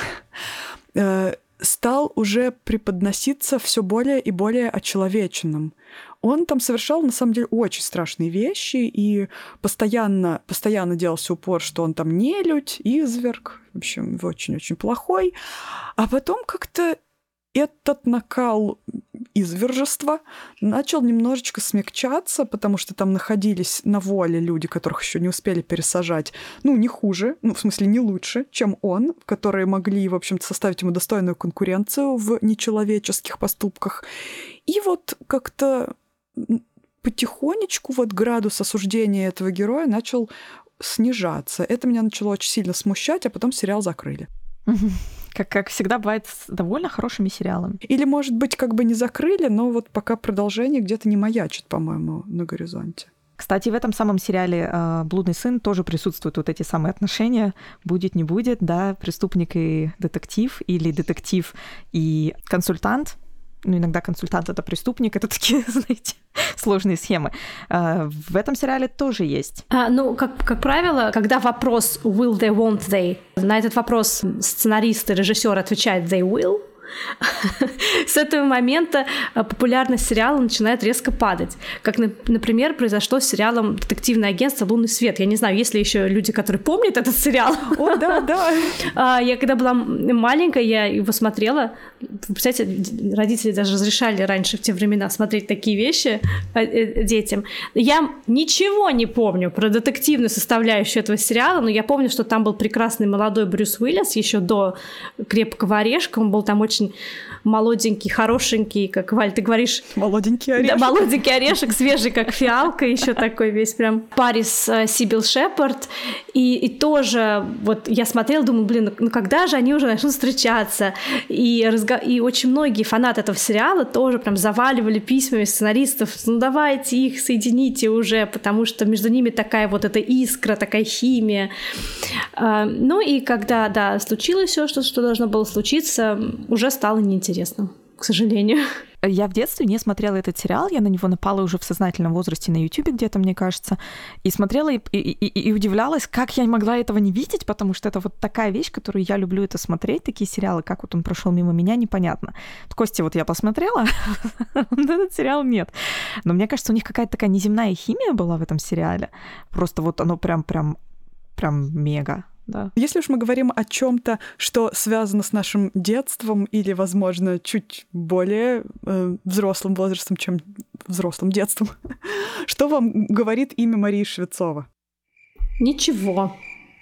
стал уже преподноситься все более и более очеловеченным. Он там совершал, на самом деле, очень страшные вещи и постоянно делался упор, что он там нелюдь, изверг, в общем, очень-очень плохой. А потом как-то этот накал извержества начал немножечко смягчаться, потому что там находились на воле люди, которых еще не успели пересажать, не хуже, в смысле не лучше, чем он, которые могли, в общем-то, составить ему достойную конкуренцию в нечеловеческих поступках. И вот как-то потихонечку градус осуждения этого героя начал снижаться. Это меня начало очень сильно смущать, а потом сериал закрыли. Как всегда бывает с довольно хорошими сериалами. Или, может быть, как бы не закрыли, но пока продолжение где-то не маячит, по-моему, на горизонте. Кстати, в этом самом сериале «Блудный сын» тоже присутствуют вот эти самые отношения. Будет, не будет, да, преступник и детектив, или детектив и консультант. Иногда консультант — это преступник, это такие, знаете, сложные схемы. В этом сериале тоже есть. Как правило, когда вопрос will they, won't they, на этот вопрос сценарист и режиссер отвечает they will, с этого момента популярность сериала начинает резко падать. Как, например, произошло с сериалом «Детективное агентство. Лунный свет». Я не знаю, есть ли еще люди, которые помнят этот сериал. О, да. Я когда была маленькая, я его смотрела. Представляете, родители даже разрешали раньше в те времена смотреть такие вещи детям. Я ничего не помню про детективную составляющую этого сериала, но я помню, что там был прекрасный молодой Брюс Уиллис еще до «Крепкого орешка». Он был там очень молоденький, хорошенький, как, Валь, ты говоришь... Молоденький орешек. Да, молоденький орешек, свежий, как фиалка, еще такой весь прям. Парис Сибил Шепард. И тоже я смотрела, думаю, когда же они уже начнут встречаться? И очень многие фанаты этого сериала тоже прям заваливали письмами сценаристов. Давайте их соедините уже, потому что между ними такая эта искра, такая химия. И когда, да, случилось все, что должно было случиться, уже стало неинтересно, к сожалению. Я в детстве не смотрела этот сериал, я на него напала уже в сознательном возрасте на Ютубе где-то, мне кажется, и смотрела и удивлялась, как я могла этого не видеть, потому что это такая вещь, которую я люблю это смотреть, такие сериалы, как он прошел мимо меня, непонятно. Костя, я посмотрела, этот сериал нет. Но мне кажется, у них какая-то такая неземная химия была в этом сериале, просто оно прям мега. Да. Если уж мы говорим о чем-то, что связано с нашим детством или, возможно, чуть более взрослым возрастом, чем взрослым детством, что вам говорит имя Марии Швецова? Ничего.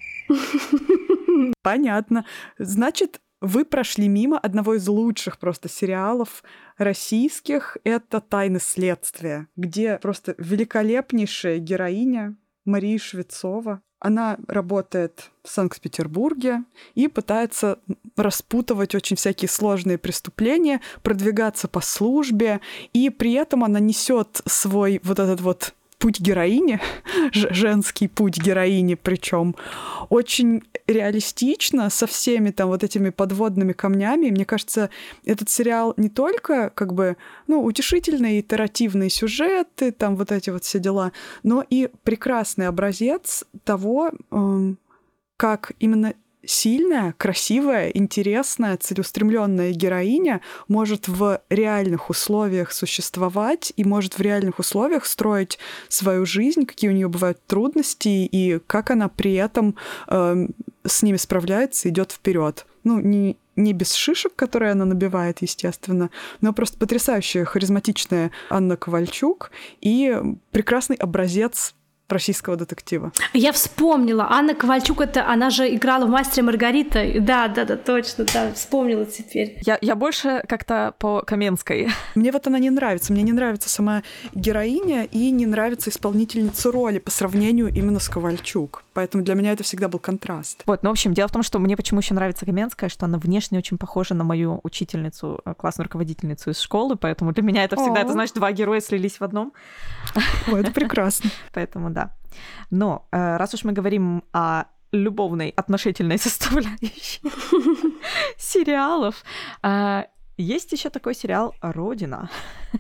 Понятно. Значит, вы прошли мимо одного из лучших просто сериалов российских. Это «Тайны следствия», где просто великолепнейшая героиня Мария Швецова. Она работает в Санкт-Петербурге и пытается распутывать очень всякие сложные преступления, продвигаться по службе, и при этом она несет свой вот этот вот путь героини, женский путь героини, причем очень реалистично, со всеми там вот этими подводными камнями. Мне кажется, этот сериал не только как бы, утешительные итеративные сюжеты, там вот эти вот все дела, но и прекрасный образец того, как именно сильная, красивая, интересная, целеустремленная героиня может в реальных условиях существовать и может в реальных условиях строить свою жизнь, какие у нее бывают трудности и как она при этом с ними справляется, идет вперед. Не без шишек, которые она набивает, естественно, но просто потрясающая, харизматичная Анна Ковальчук и прекрасный образец российского детектива. Я вспомнила. Анна Ковальчук, она же играла в «Мастере и Маргарита». Да, точно, да, вспомнила теперь. Я больше как-то по Каменской. Мне вот она не нравится. Мне не нравится сама героиня и не нравится исполнительница роли по сравнению именно с Ковальчук. Поэтому для меня это всегда был контраст. В общем, дело в том, что мне почему еще нравится Каменская, что она внешне очень похожа на мою учительницу, классную руководительницу из школы, поэтому для меня это всегда, это значит, два героя слились в одном. Ой, это прекрасно. Поэтому да. Но раз уж мы говорим о любовной, отношительной составляющей сериалов, есть еще такой сериал «Родина».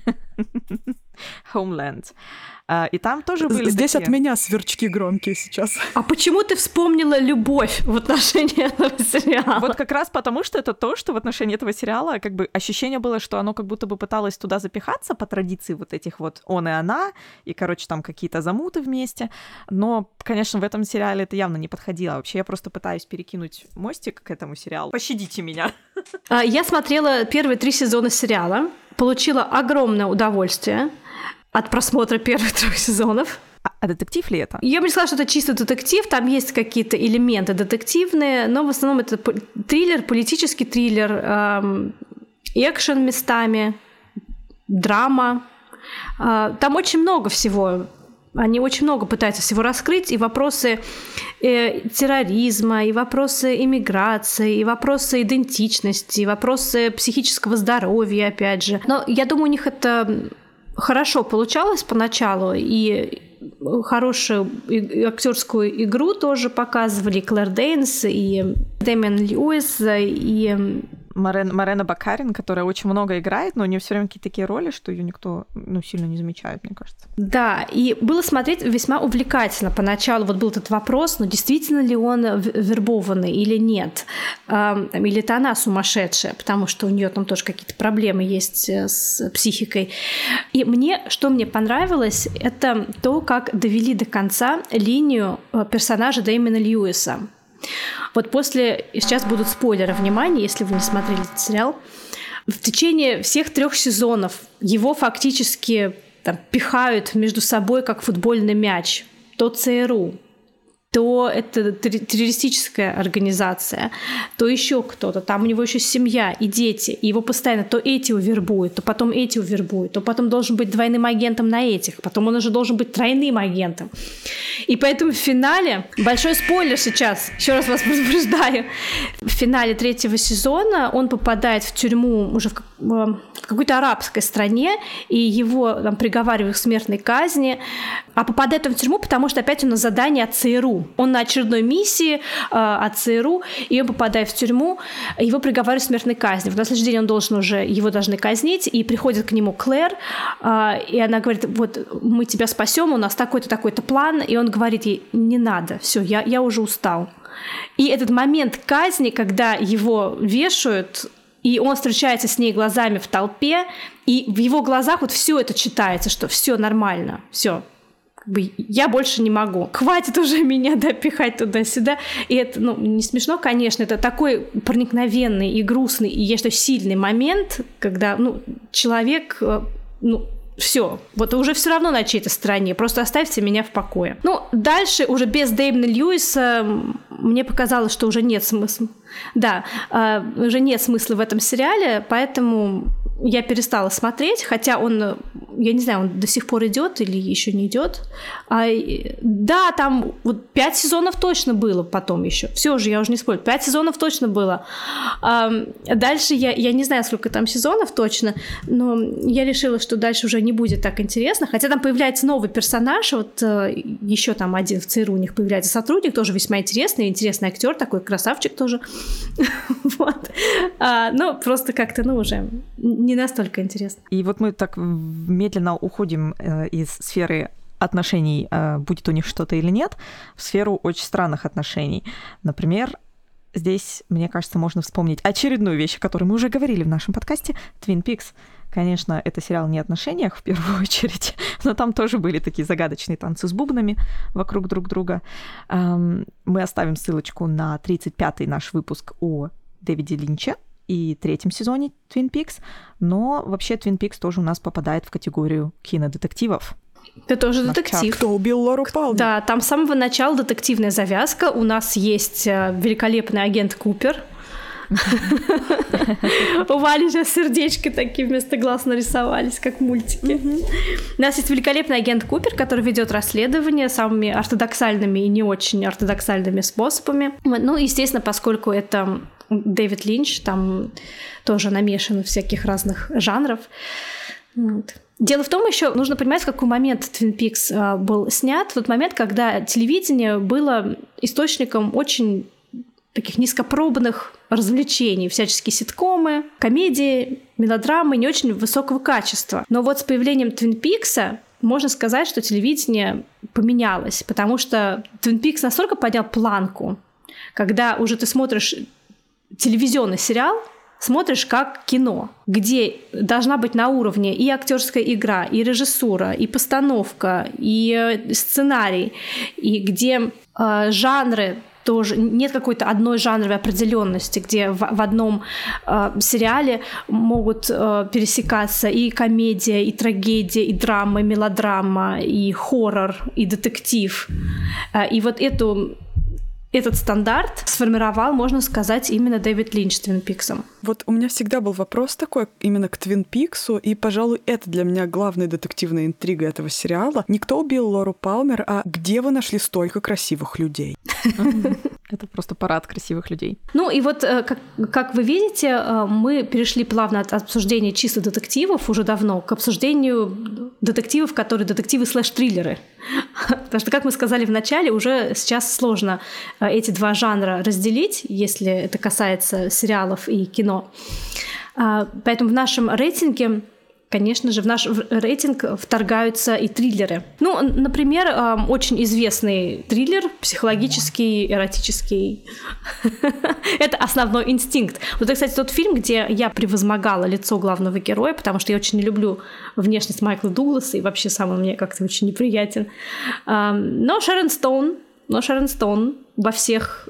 Homeland. И там тоже были Здесь такие... от меня сверчки громкие сейчас. А почему ты вспомнила любовь в отношении этого сериала? Вот как раз потому, что это то, что в отношении этого сериала как бы ощущение было, что оно как будто бы пыталось туда запихаться по традиции вот этих вот он и она, и, короче, там какие-то замуты вместе. Но, конечно, в этом сериале это явно не подходило. Вообще, я просто пытаюсь перекинуть мостик к этому сериалу. Пощадите меня. Я смотрела первые 3 сезона сериала, получила огромное удовольствие от просмотра первых 3 сезонов. А детектив ли это? Я бы не сказала, что это чисто детектив, там есть какие-то элементы детективные, но в основном это триллер, политический триллер, экшен местами, драма. Там очень много всего. Они очень много пытаются всего раскрыть, и вопросы терроризма, и вопросы иммиграции, и вопросы идентичности, и вопросы психического здоровья, опять же. Но я думаю, у них это хорошо получалось поначалу, и хорошую актерскую игру тоже показывали Клэр Дейнс, и Дэмиан Льюис, и Морена Бакарин, которая очень много играет, но у нее все время какие-то такие роли, что ее никто сильно не замечает, мне кажется. Да, и было смотреть весьма увлекательно. Поначалу вот был этот вопрос, действительно ли он вербованный или нет. Или это она сумасшедшая, потому что у нее там тоже какие-то проблемы есть с психикой. И что мне понравилось, это то, как довели до конца линию персонажа Дэмиана Льюиса. Вот сейчас будут спойлеры, внимание, если вы не смотрели этот сериал. В течение всех 3 сезонов его фактически пихают между собой, как футбольный мяч. То ЦРУ, то это террористическая организация, то еще кто-то. Там у него еще семья и дети. И его постоянно то эти увербуют, то потом эти увербуют, то потом должен быть двойным агентом на этих, потом он уже должен быть тройным агентом. И поэтому в финале, большой спойлер сейчас, еще раз вас предупреждаю, в финале 3-го сезона он попадает в тюрьму уже в какой-то арабской стране, и его там приговаривают к смертной казни. А попадает он в тюрьму, потому что опять он на задании от ЦРУ. Он на очередной миссии от ЦРУ, и он попадает в тюрьму, его приговаривают к смертной казни. На следующий день его должны казнить, и приходит к нему Клэр, и она говорит: вот мы тебя спасем, у нас такой-то, такой-то план, и он говорит ей: не надо, все, я уже устал. И этот момент казни, когда его вешают, и он встречается с ней глазами в толпе, и в его глазах вот все это читается, что все нормально, все. Я больше не могу. Хватит уже меня пихать туда-сюда. И это, не смешно, конечно, это такой проникновенный и грустный, и, я считаю, сильный момент, когда, человек, все, вот уже все равно на чьей-то стороне, просто оставьте меня в покое. Дальше уже без Дэмиана Льюиса мне показалось, что уже нет смысла. Да, уже нет смысла в этом сериале, поэтому я перестала смотреть, хотя он, я не знаю, он до сих пор идет или еще не идет. Да, там вот 5 сезонов точно было потом еще. Все же, я уже не спорю, 5 сезонов точно было. Дальше я не знаю, сколько там сезонов точно, но я решила, что дальше уже не будет так интересно. Хотя там появляется новый персонаж, вот еще там один в ЦРУ у них появляется сотрудник, тоже весьма интересный актер, такой красавчик тоже. Вот. Но просто как-то, уже не настолько интересно. И вот мы так медленно уходим из сферы отношений, будет у них что-то или нет, в сферу очень странных отношений. Например, здесь, мне кажется, можно вспомнить очередную вещь, о которой мы уже говорили в нашем подкасте, Twin Peaks. Конечно, это сериал не о отношениях в первую очередь, но там тоже были такие загадочные танцы с бубнами вокруг друг друга. Мы оставим ссылочку на 35-й наш выпуск о Дэвиде Линче и 3-м сезоне Twin Peaks, но вообще Twin Peaks тоже у нас попадает в категорию кинодетективов. Это тоже детектив. Кто убил Лору Палмер? Да, там с самого начала детективная завязка. У нас есть великолепный агент Купер. У Вали сейчас сердечки такие вместо глаз нарисовались, как мультики. У нас есть великолепный агент Купер, который ведет расследование самыми ортодоксальными и не очень ортодоксальными способами. Ну, естественно, поскольку это Дэвид Линч, там тоже намешано всяких разных жанров. Вот. Дело в том, еще нужно понимать, в какой момент Twin Peaks был снят. В тот момент, когда телевидение было источником очень таких низкопробных развлечений, всяческие ситкомы, комедии, мелодрамы не очень высокого качества. Но вот с появлением Twin Peaks можно сказать, что телевидение поменялось, потому что Twin Peaks настолько поднял планку, когда уже ты смотришь телевизионный сериал, смотришь как кино, где должна быть на уровне и актерская игра, и режиссура, и постановка, и сценарий, и где жанры тоже нет какой-то одной жанровой определенности, где в одном сериале могут пересекаться и комедия, и трагедия, и драма, и мелодрама, и хоррор, и детектив. И вот этот стандарт сформировал, можно сказать, именно Дэвид Линч с Твин Пиксом. Вот у меня всегда был вопрос такой именно к Твин Пиксу, и, пожалуй, это для меня главная детективная интрига этого сериала. Не кто убил Лору Палмер, а где вы нашли столько красивых людей? Это просто парад красивых людей. Ну и вот, как вы видите, мы перешли плавно от обсуждения чисто детективов уже давно к обсуждению детективов, которые детективы слэш-триллеры. Потому что, как мы сказали в начале, уже сейчас сложно эти два жанра разделить, если это касается сериалов и кино. Поэтому в нашем рейтинге, конечно же, в наш рейтинг вторгаются и триллеры. Ну, например, очень известный триллер, психологический, эротический. Это «Основной инстинкт». Вот это, кстати, тот фильм, где я превозмогала лицо главного героя, потому что я очень не люблю внешность Майкла Дугласа, и вообще сам он мне как-то очень неприятен. Но Шерон Стоун во всех...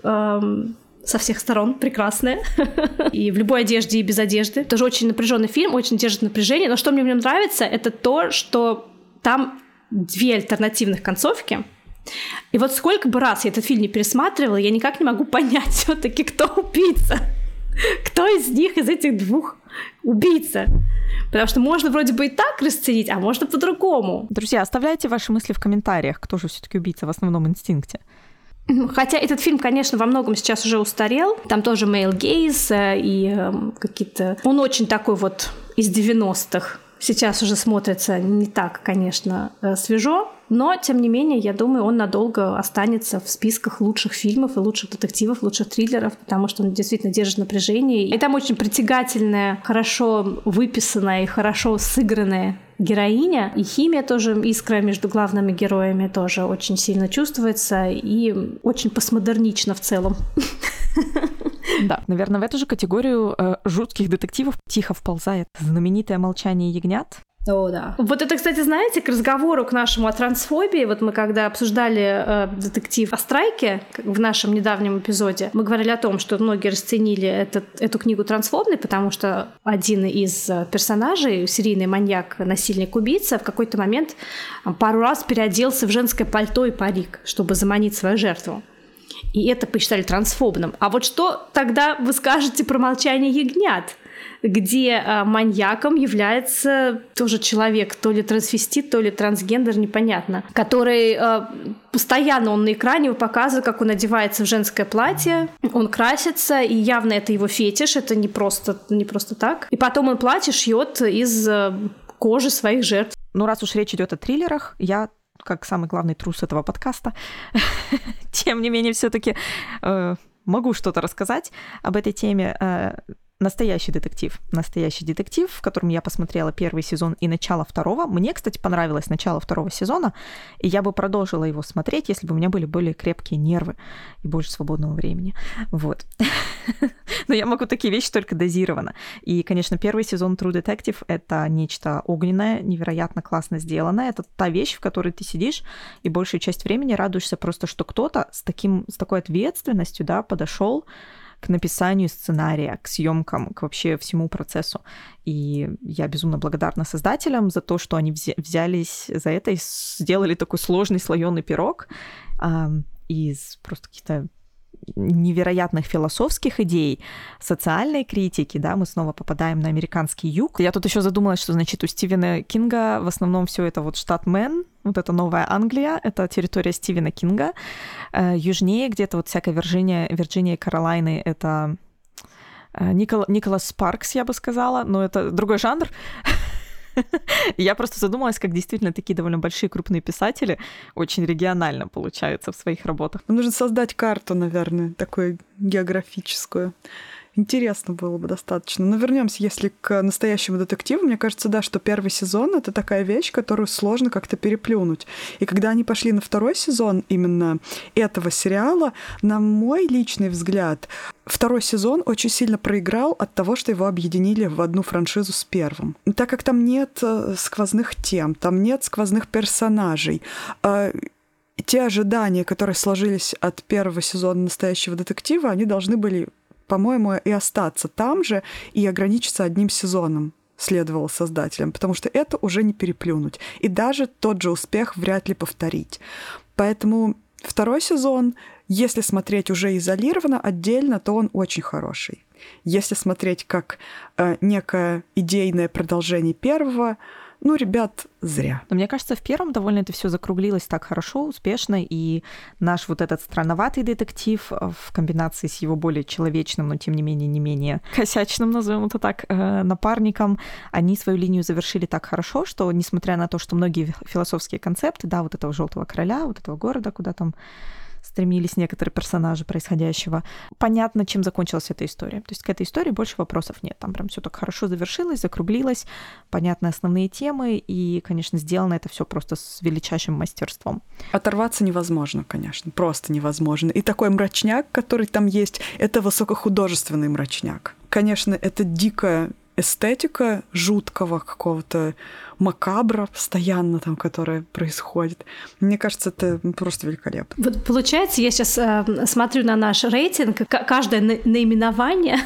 со всех сторон прекрасная. И в любой одежде, и без одежды. Тоже очень напряженный фильм, очень держит напряжение. Но что мне в нем нравится, это то, что там две альтернативных концовки. И вот сколько бы раз я этот фильм не пересматривала, я никак не могу понять все-таки, кто убийца. Кто из них, из этих двух убийца. Потому что можно вроде бы и так расценить, а можно по-другому. Друзья, оставляйте ваши мысли в комментариях, кто же все-таки убийца в «Основном инстинкте». Хотя этот фильм, конечно, во многом сейчас уже устарел. Там тоже male gaze и какие-то... Он очень такой вот из 90-х. Сейчас уже смотрится не так, конечно, свежо. Но, тем не менее, я думаю, он надолго останется в списках лучших фильмов и лучших детективов, лучших триллеров, потому что он действительно держит напряжение. И там очень притягательная, хорошо выписанная и хорошо сыгранная героиня. И химия тоже, искра между главными героями тоже очень сильно чувствуется и очень постмодернично в целом. Да, наверное, в эту же категорию жутких детективов тихо вползает знаменитое «Молчание ягнят». О, да. Вот это, кстати, знаете, к разговору к нашему о трансфобии, вот мы когда обсуждали детектив о страйке в нашем недавнем эпизоде, мы говорили о том, что многие расценили эту книгу трансфобной, потому что один из персонажей, серийный маньяк, насильник, убийца, в какой-то момент пару раз переоделся в женское пальто и парик, чтобы заманить свою жертву. И это посчитали трансфобным. А вот что тогда вы скажете про «Молчание ягнят»? где маньяком является тоже человек, то ли трансвестит, то ли трансгендер, непонятно, который постоянно он на экране показывает, как он одевается в женское платье, он красится, и явно это его фетиш, это не просто так. И потом он платье шьет из кожи своих жертв. Ну, раз уж речь идет о триллерах, я, как самый главный трус этого подкаста, тем не менее, все-таки могу что-то рассказать об этой теме. Настоящий детектив, в котором я посмотрела первый сезон и начало второго. Мне, кстати, понравилось начало второго сезона, и я бы продолжила его смотреть, если бы у меня были более крепкие нервы и больше свободного времени. Вот. Но я могу такие вещи только дозированно. И, конечно, первый сезон True Detective — это нечто огненное, невероятно классно сделанное. Это та вещь, в которой ты сидишь и большую часть времени радуешься просто, что кто-то с такой ответственностью, да, подошел к написанию сценария, к съемкам, к вообще всему процессу. И я безумно благодарна создателям за то, что они взялись за это и сделали такой сложный слоёный пирог из просто каких-то невероятных философских идей, социальной критики, да, мы снова попадаем на американский юг. Я тут еще задумалась, что, значит, у Стивена Кинга в основном все это вот штат Мэн, вот это Новая Англия, это территория Стивена Кинга. Южнее где-то вот всякая Вирджиния и Каролайны — это Николас Спаркс, я бы сказала, но это другой жанр. Я просто задумалась, как действительно такие довольно большие крупные писатели очень регионально получаются в своих работах. Нужно создать карту, наверное, такую географическую. Интересно было бы достаточно. Но вернемся, если к настоящему детективу, мне кажется, да, что первый сезон — это такая вещь, которую сложно как-то переплюнуть. И когда они пошли на второй сезон именно этого сериала, на мой личный взгляд, второй сезон очень сильно проиграл от того, что его объединили в одну франшизу с первым. Так как там нет сквозных тем, там нет сквозных персонажей, те ожидания, которые сложились от первого сезона настоящего детектива, они должны были, по-моему, и остаться там же, и ограничиться одним сезоном, следовало создателям, потому что это уже не переплюнуть. И даже тот же успех вряд ли повторить. Поэтому второй сезон, если смотреть уже изолированно, отдельно, то он очень хороший. Если смотреть как некое идейное продолжение первого, ну, ребят, зря. Но мне кажется, в первом довольно это все закруглилось так хорошо, успешно, и наш вот этот странноватый детектив в комбинации с его более человечным, но тем не менее косячным, назовем это так, напарником, они свою линию завершили так хорошо, что, несмотря на то, что многие философские концепты, да, вот этого желтого короля, вот этого города, куда там стремились некоторые персонажи происходящего. Понятно, чем закончилась эта история. То есть к этой истории больше вопросов нет. Там прям все так хорошо завершилось, закруглилось, понятны основные темы, и, конечно, сделано это все просто с величайшим мастерством. Оторваться невозможно, конечно, просто невозможно. И такой мрачняк, который там есть, это высокохудожественный мрачняк. Конечно, это дикая эстетика жуткого какого-то макабра постоянно там, которое происходит. Мне кажется, это просто великолепно. Вот получается, я сейчас смотрю на наш рейтинг, каждое наименование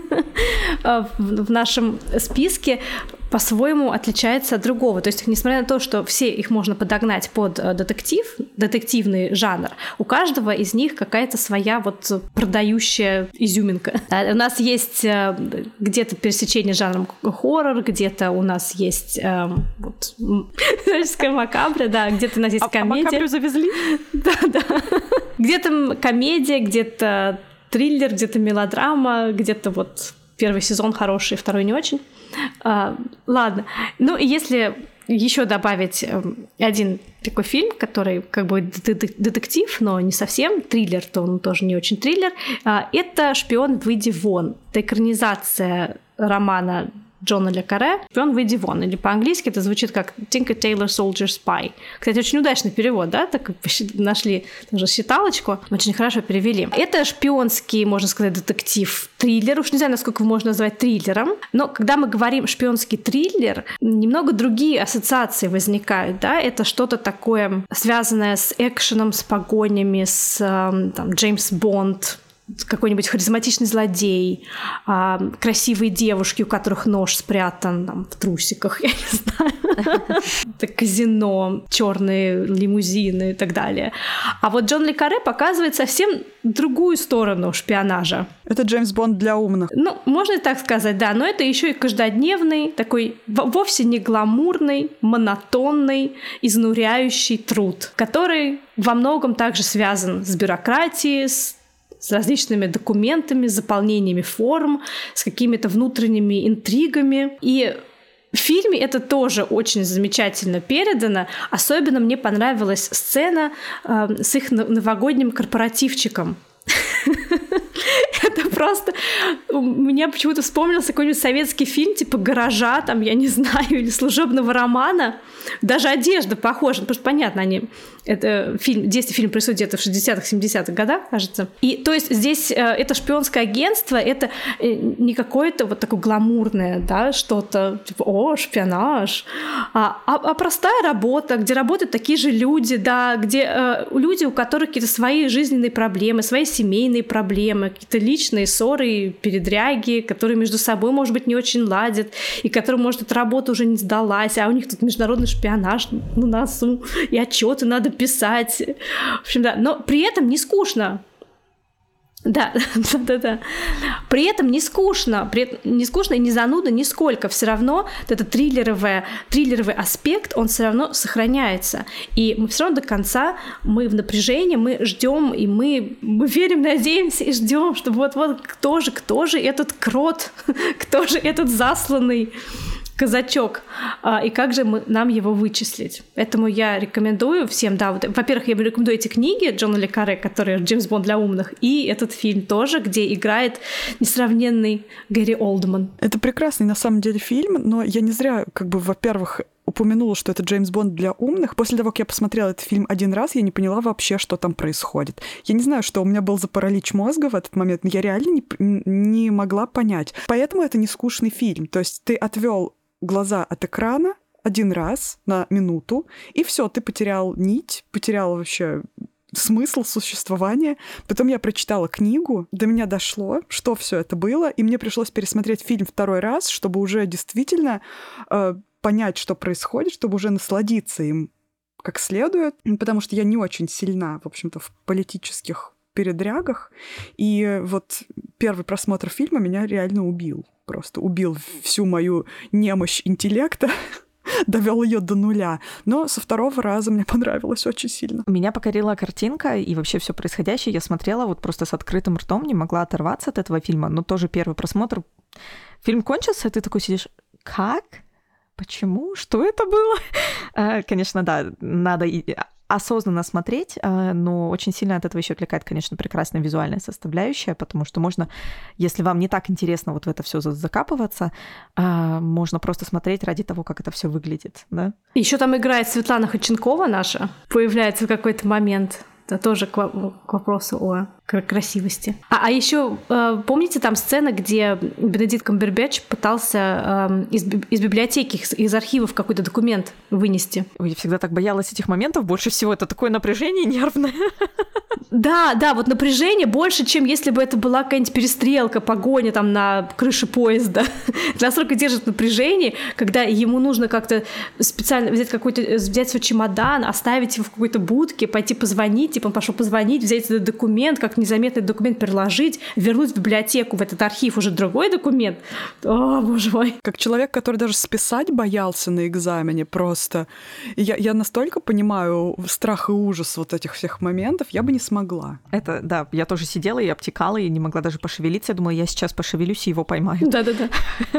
в нашем списке по-своему отличается от другого. То есть, несмотря на то, что все их можно подогнать под детективный жанр, у каждого из них какая-то своя вот продающая изюминка. У нас есть где-то пересечение с жанром хоррор, где-то у нас есть вот макабра, да, где-то у нас есть комедия. А макабру завезли? Да. Где-то комедия, где-то триллер, где-то мелодрама, где-то вот первый сезон хороший, второй не очень. Ладно. Ну, и если еще добавить один такой фильм, который как бы детектив, но не совсем триллер, то он тоже не очень триллер, это «Шпион, выйди вон». Это экранизация романа Джона ле Карре «Шпион, выйди вон». Или по-английски это звучит как «Tinker Tailor Soldier Spy». Кстати, очень удачный перевод, да? Так нашли тоже считалочку. Очень хорошо перевели. Это шпионский, можно сказать, детектив-триллер. Уж не знаю, насколько его можно назвать триллером. Но когда мы говорим шпионский триллер, немного другие ассоциации возникают, да? Это что-то такое, связанное с экшеном, с погонями, с там, Джеймс Бонд, какой-нибудь харизматичный злодей, красивые девушки, у которых нож спрятан там, в трусиках, я не знаю, казино, черные лимузины и так далее. А вот Джон Ле Карре показывает совсем другую сторону шпионажа. Это Джеймс Бонд для умных. Ну, можно и так сказать, да, но это еще и каждодневный, такой вовсе не гламурный, монотонный, изнуряющий труд, который во многом также связан с бюрократией, с различными документами, заполнениями форм, с какими-то внутренними интригами. И в фильме это тоже очень замечательно передано. Особенно мне понравилась сцена с их новогодним корпоративчиком. Это просто... У меня почему-то вспомнился какой-нибудь советский фильм типа «Гаража», там, я не знаю, или «Служебного романа». Даже одежда похожа. Просто понятно, они... Это фильм, действие фильма происходит где-то в 60-х, 70-х годах, кажется. И то есть здесь это шпионское агентство, это не какое-то вот такое гламурное, да, что-то типа «О, шпионаж», а простая работа, где работают такие же люди, да, где люди, у которых какие-то свои жизненные проблемы, свои семейные проблемы, какие-то личные ссоры, передряги, которые между собой, может быть, не очень ладят, и которым, может, эта работа уже не сдалась, а у них тут международный шпионаж на носу, и отчеты надо писать. В общем, да. Но при этом не скучно. Да. При этом не скучно. Не скучно и не занудно нисколько. Все равно вот этот триллеровый аспект, он все равно сохраняется. И мы все равно до конца, мы в напряжении, мы ждем, и мы верим, надеемся и ждем, что вот кто же этот крот, кто же этот засланный казачок, и как же нам его вычислить. Поэтому я рекомендую всем, да, вот, во-первых, я рекомендую эти книги Джона Ле Карре, которые «Джеймс Бонд для умных», и этот фильм тоже, где играет несравненный Гэри Олдман. Это прекрасный на самом деле фильм, но я не зря, во-первых, упомянула, что это Джеймс Бонд для умных. После того, как я посмотрела этот фильм один раз, я не поняла вообще, что там происходит. Я не знаю, что у меня был за паралич мозга в этот момент, но я реально не могла понять. Поэтому это не скучный фильм. То есть ты отвел глаза от экрана один раз на минуту, и все, ты потерял нить, потерял вообще смысл существования. Потом я прочитала книгу, до меня дошло, что все это было, и мне пришлось пересмотреть фильм второй раз, чтобы уже действительно понять, что происходит, чтобы уже насладиться им как следует, потому что я не очень сильна, в общем-то, в политических передрягах, и вот первый просмотр фильма меня реально убил. Просто убил всю мою немощь интеллекта, довел ее до нуля. Но со второго раза мне понравилось очень сильно. Меня покорила картинка и вообще все происходящее. Я смотрела вот просто с открытым ртом, не могла оторваться от этого фильма. Но тоже первый просмотр. Фильм кончился, и ты такой сидишь: как? Почему? Что это было? Конечно, да, надо осознанно смотреть, но очень сильно от этого еще отвлекает, конечно, прекрасная визуальная составляющая, потому что можно, если вам не так интересно вот в это все закапываться, можно просто смотреть ради того, как это все выглядит, да? Еще там играет Светлана Ходченкова наша, появляется в какой-то момент. Это тоже к вопросу о красивости. А еще помните там сцена, где Бенедикт Камбербэтч пытался из библиотеки, из архивов какой-то документ вынести? Ой, я всегда так боялась этих моментов. Больше всего это такое напряжение нервное. Да, вот напряжение больше, чем если бы это была какая-нибудь перестрелка, погоня там на крыше поезда. Настолько держит напряжение, когда ему нужно как-то специально взять свой чемодан, оставить его в какой-то будке, пойти позвонить, типа он пошел позвонить, взять этот документ, как незаметно этот документ переложить, вернуть в библиотеку, в этот архив уже другой документ. О, боже мой. Как человек, который даже списать боялся на экзамене просто. Я настолько понимаю страх и ужас вот этих всех моментов, я бы не смогла. Это, да, я тоже сидела и обтекала, и не могла даже пошевелиться. Я думала, я сейчас пошевелюсь и его поймаю. Да-да-да.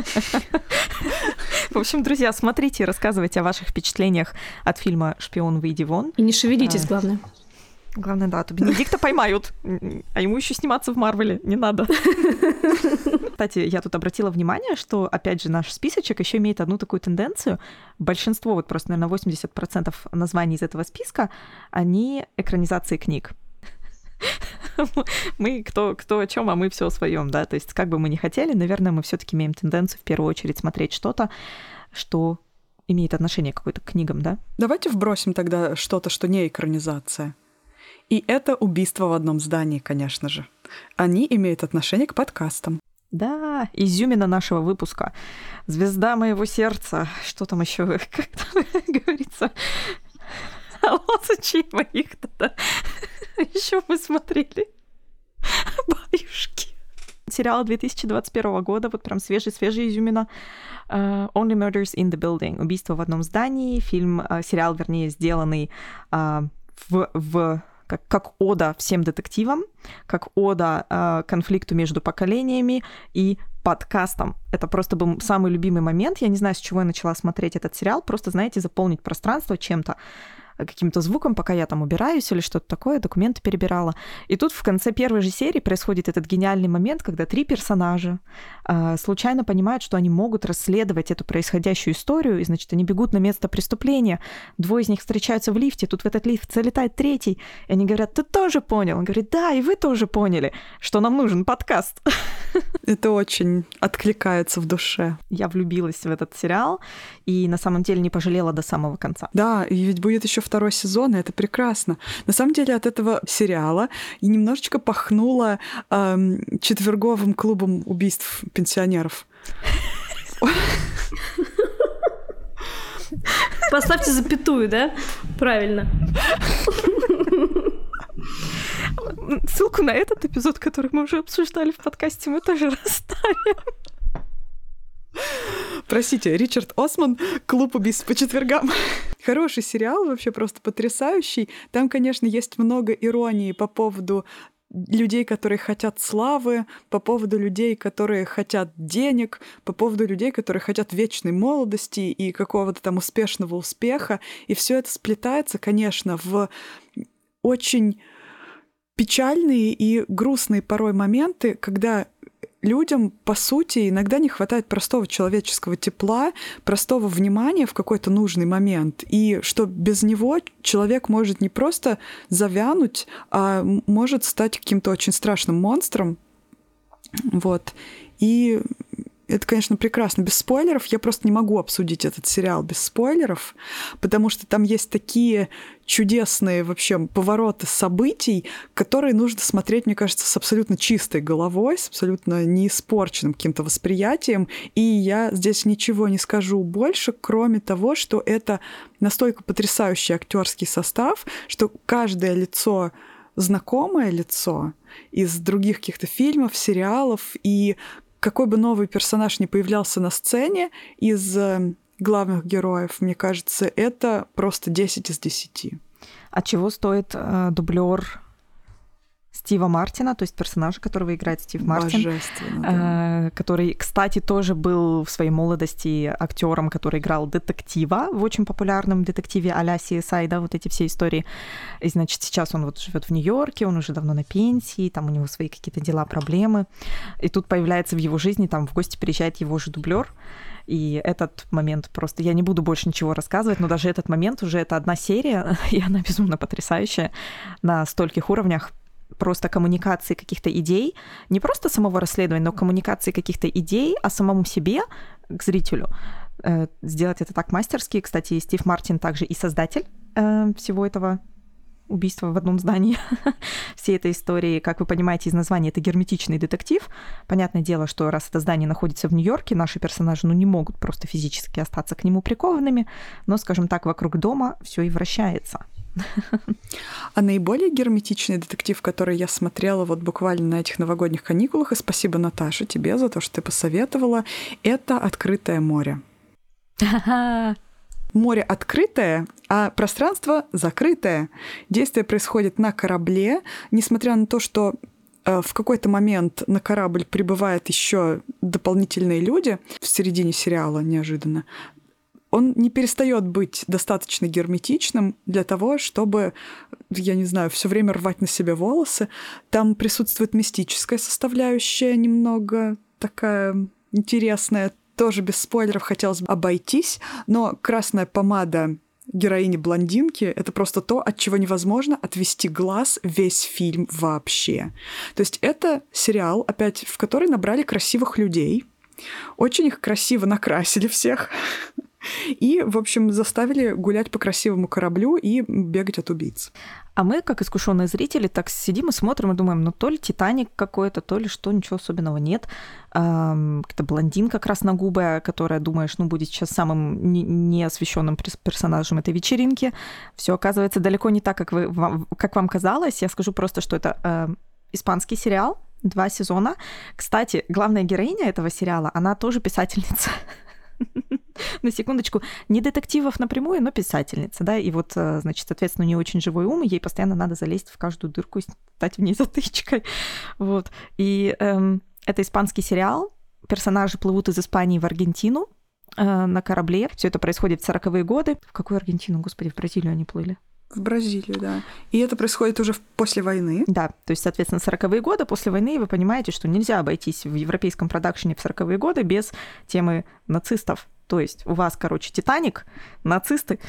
В общем, друзья, смотрите и рассказывайте о ваших впечатлениях от фильма «Шпион, выйди вон». И не шевелитесь, главное. Главное, да, то Бенедикта поймают, а ему еще сниматься в Марвеле не надо. Кстати, я тут обратила внимание, что, опять же, наш списочек еще имеет одну такую тенденцию. Большинство, вот просто, наверное, 80% названий из этого списка, они экранизации книг. Мы кто о чем, а мы все о своем, да. То есть, как бы мы ни хотели, наверное, мы все-таки имеем тенденцию в первую очередь смотреть что-то, что имеет отношение какое-то к книгам, да. Давайте вбросим тогда что-то, что не экранизация. И это «Убийство в одном здании», конечно же. Они имеют отношение к подкастам. Да, изюмина нашего выпуска. Звезда моего сердца. Что там еще, как там говорится? Лосочи моих тогда. Еще мы смотрели. Баюшки. Сериал 2021 года, вот прям свежий изюмина. Only Murders in the Building. Убийство в одном здании. Сериал, вернее, сделанный как ода всем детективам, как ода конфликту между поколениями и подкастом. Это просто был самый любимый момент. Я не знаю, с чего я начала смотреть этот сериал. Просто, знаете, заполнить пространство чем-то, каким-то звуком, пока я там убираюсь или что-то такое, документы перебирала. И тут в конце первой же серии происходит этот гениальный момент, когда 3 персонажа случайно понимают, что они могут расследовать эту происходящую историю, и, значит, они бегут на место преступления. 2 из них встречаются в лифте, тут в этот лифт залетает 3, и они говорят: ты тоже понял? Он говорит: да, и вы тоже поняли, что нам нужен подкаст. Это очень откликается в душе. Я влюбилась в этот сериал, и на самом деле не пожалела до самого конца. Да, и ведь будет еще 2 сезон, и это прекрасно. На самом деле от этого сериала и немножечко пахнуло четверговым клубом убийств пенсионеров. Поставьте запятую, да? Правильно. Ссылку на этот эпизод, который мы уже обсуждали в подкасте, мы тоже расставим. Простите, Ричард Осман, «Клуб убийств по четвергам». Хороший сериал, вообще просто потрясающий. Там, конечно, есть много иронии по поводу людей, которые хотят славы, по поводу людей, которые хотят денег, по поводу людей, которые хотят вечной молодости и какого-то там успешного успеха. И все это сплетается, конечно, в очень печальные и грустные порой моменты, когда людям, по сути, иногда не хватает простого человеческого тепла, простого внимания в какой-то нужный момент, и что без него человек может не просто завянуть, а может стать каким-то очень страшным монстром. Вот. И это, конечно, прекрасно. Без спойлеров я просто не могу обсудить этот сериал без спойлеров, потому что там есть такие чудесные вообще повороты событий, которые нужно смотреть, мне кажется, с абсолютно чистой головой, с абсолютно неиспорченным каким-то восприятием. И я здесь ничего не скажу больше, кроме того, что это настолько потрясающий актерский состав, что каждое лицо знакомое лицо из других каких-то фильмов, сериалов, и какой бы новый персонаж ни появлялся на сцене из главных героев, мне кажется, это просто 10 из 10. От чего стоит дублер Стива Мартина, то есть персонажа, которого играет Стив Мартин. Божественно, да. Который, кстати, тоже был в своей молодости актером, который играл детектива в очень популярном детективе а-ля CSI, да, вот эти все истории. И, значит, сейчас он вот живет в Нью-Йорке, он уже давно на пенсии, там у него свои какие-то дела, проблемы. И тут появляется в его жизни, там в гости приезжает его же дублер. И этот момент просто... Я не буду больше ничего рассказывать, но даже этот момент уже это одна серия, и она безумно потрясающая на стольких уровнях. Просто коммуникации каких-то идей, не просто самого расследования, но коммуникации каких-то идей о самом себе к зрителю. Сделать это так мастерски. Кстати, Стив Мартин также и создатель всего этого убийства в одном здании, всей этой истории. Как вы понимаете из названия, это герметичный детектив. Понятное дело, что раз это здание находится в Нью-Йорке, наши персонажи не могут просто физически остаться к нему прикованными, но, скажем так, вокруг дома все и вращается. А наиболее герметичный детектив, который я смотрела вот буквально на этих новогодних каникулах, и спасибо, Наташа, тебе за то, что ты посоветовала, это «Открытое море». Море открытое, а пространство закрытое. Действие происходит на корабле, несмотря на то, что в какой-то момент на корабль прибывают еще дополнительные люди в середине сериала неожиданно. Он не перестает быть достаточно герметичным для того, чтобы, я не знаю, все время рвать на себе волосы. Там присутствует мистическая составляющая, немного такая интересная. Тоже без спойлеров хотелось бы обойтись, но красная помада героини-блондинки — это просто то, от чего невозможно отвести глаз весь фильм вообще. То есть это сериал, опять, в который набрали красивых людей, очень их красиво накрасили всех. И, в общем, заставили гулять по красивому кораблю и бегать от убийц. А мы, как искушенные зрители, так сидим и смотрим и думаем, ну то ли «Титаник» какой-то, то ли что, ничего особенного нет. Какая-то блондинка красногубая, которая, думаешь, ну будет сейчас самым неосвещенным персонажем этой вечеринки. Все оказывается далеко не так, как вам казалось. Я скажу просто, что это испанский сериал, 2 сезона. Кстати, главная героиня этого сериала, она тоже писательница. На секундочку, не детективов напрямую, но писательница, да, и вот, значит, соответственно, у нее очень живой ум, и ей постоянно надо залезть в каждую дырку и стать в ней затычкой, вот. И это испанский сериал, персонажи плывут из Испании в Аргентину на корабле, все это происходит в 40-е годы. В какую Аргентину, господи, в Бразилию они плыли? В Бразилию, да. И это происходит уже после войны. Да, то есть, соответственно, 40-е годы, после войны, и вы понимаете, что нельзя обойтись в европейском продакшене в 40-е годы без темы нацистов. То есть у вас, короче, «Титаник», нацисты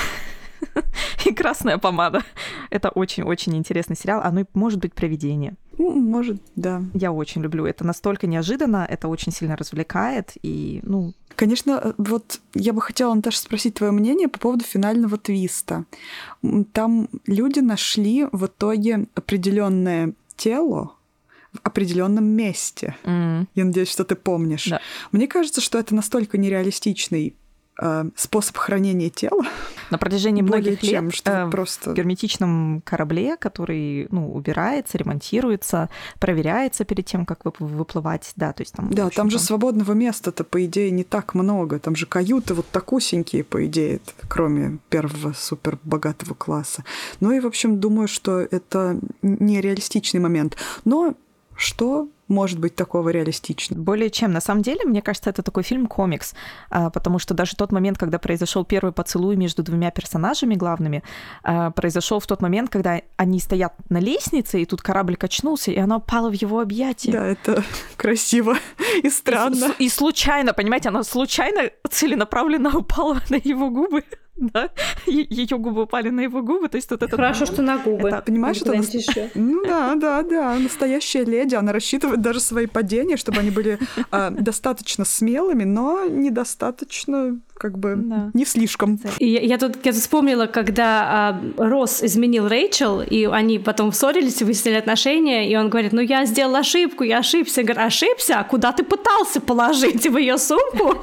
и красная помада. Это очень-очень интересный сериал. Оно может быть «Провидение». Может, да. Я очень люблю. Это настолько неожиданно, это очень сильно развлекает. И, ну... Конечно, вот я бы хотела, Наташа, спросить твое мнение по поводу финального твиста. Там люди нашли в итоге определенное тело в определенном месте. Я надеюсь, что ты помнишь. Да. Мне кажется, что это настолько нереалистичный способ хранения тела. На протяжении многих лет что просто... в герметичном корабле, который, ну, убирается, ремонтируется, проверяется перед тем, как выплывать. Да, то есть там, да, там же свободного места-то, по идее, не так много. Там же каюты вот такусенькие, по идее, кроме первого супербогатого класса. Ну и, в общем, думаю, что это нереалистичный момент. Но что может быть такого реалистичного? Более чем. На самом деле, мне кажется, это такой фильм-комикс, потому что даже тот момент, когда произошел первый поцелуй между 2 персонажами главными, произошел в тот момент, когда они стоят на лестнице, и тут корабль качнулся, и она упала в его объятия. Да, это красиво и странно. И случайно, понимаете, она случайно целенаправленно упала на его губы. Да, ее губы упали на его губы, то есть вот это... Хорошо, что на губы. Это, понимаешь, что... Ну да, настоящая леди, она рассчитывает даже свои падения, чтобы они были достаточно смелыми, но недостаточно, как бы, не слишком. И я тут вспомнила, когда Росс изменил Рэйчел, и они потом ссорились, выяснили отношения, и он говорит, ну я сделал ошибку, я ошибся. Я говорю, ошибся? А куда ты пытался положить в ее сумку?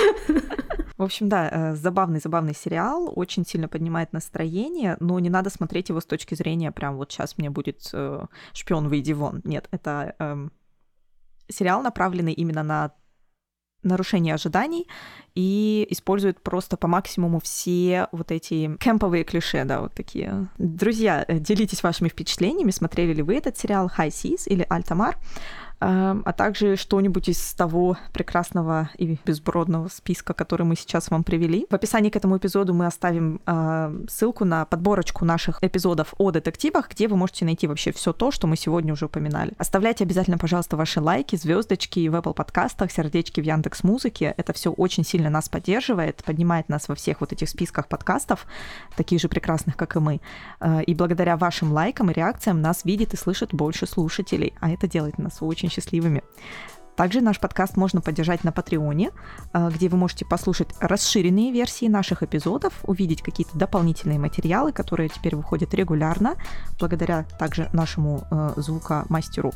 В общем, да, забавный сериал, очень сильно поднимает настроение, но не надо смотреть его с точки зрения прям вот сейчас мне будет шпион, выйди вон. Нет, это сериал, направленный именно на нарушение ожиданий и использует просто по максимуму все вот эти кемповые клише, да, вот такие. Друзья, делитесь вашими впечатлениями, смотрели ли вы этот сериал High Seas или Альта-Мар, а также что-нибудь из того прекрасного и безбродного списка, который мы сейчас вам привели. В описании к этому эпизоду мы оставим ссылку на подборочку наших эпизодов о детективах, где вы можете найти вообще все то, что мы сегодня уже упоминали. Оставляйте обязательно, пожалуйста, ваши лайки, звездочки в Apple подкастах, сердечки в Яндекс.Музыке. Это все очень сильно нас поддерживает, поднимает нас во всех вот этих списках подкастов, таких же прекрасных, как и мы. И благодаря вашим лайкам и реакциям нас видит и слышит больше слушателей, а это делает нас очень счастливыми. Также наш подкаст можно поддержать на Патреоне, где вы можете послушать расширенные версии наших эпизодов, увидеть какие-то дополнительные материалы, которые теперь выходят регулярно, благодаря также нашему звукомастеру.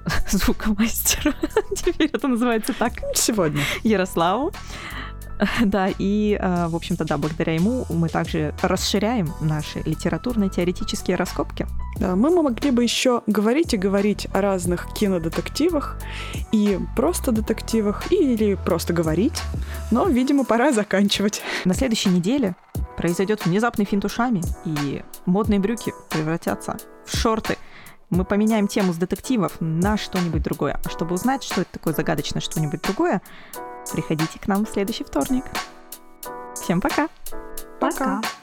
Теперь это называется так. Сегодня. Ярославу. Да, и, в общем-то, да, благодаря ему мы также расширяем наши литературно-теоретические раскопки. Да, мы могли бы еще говорить и говорить о разных кинодетективах и просто детективах, или просто говорить, но, видимо, пора заканчивать. На следующей неделе произойдет внезапный финт ушами, и модные брюки превратятся в шорты. Мы поменяем тему с детективов на что-нибудь другое. А чтобы узнать, что это такое загадочное что-нибудь другое, приходите к нам в следующий вторник. Всем пока! Пока!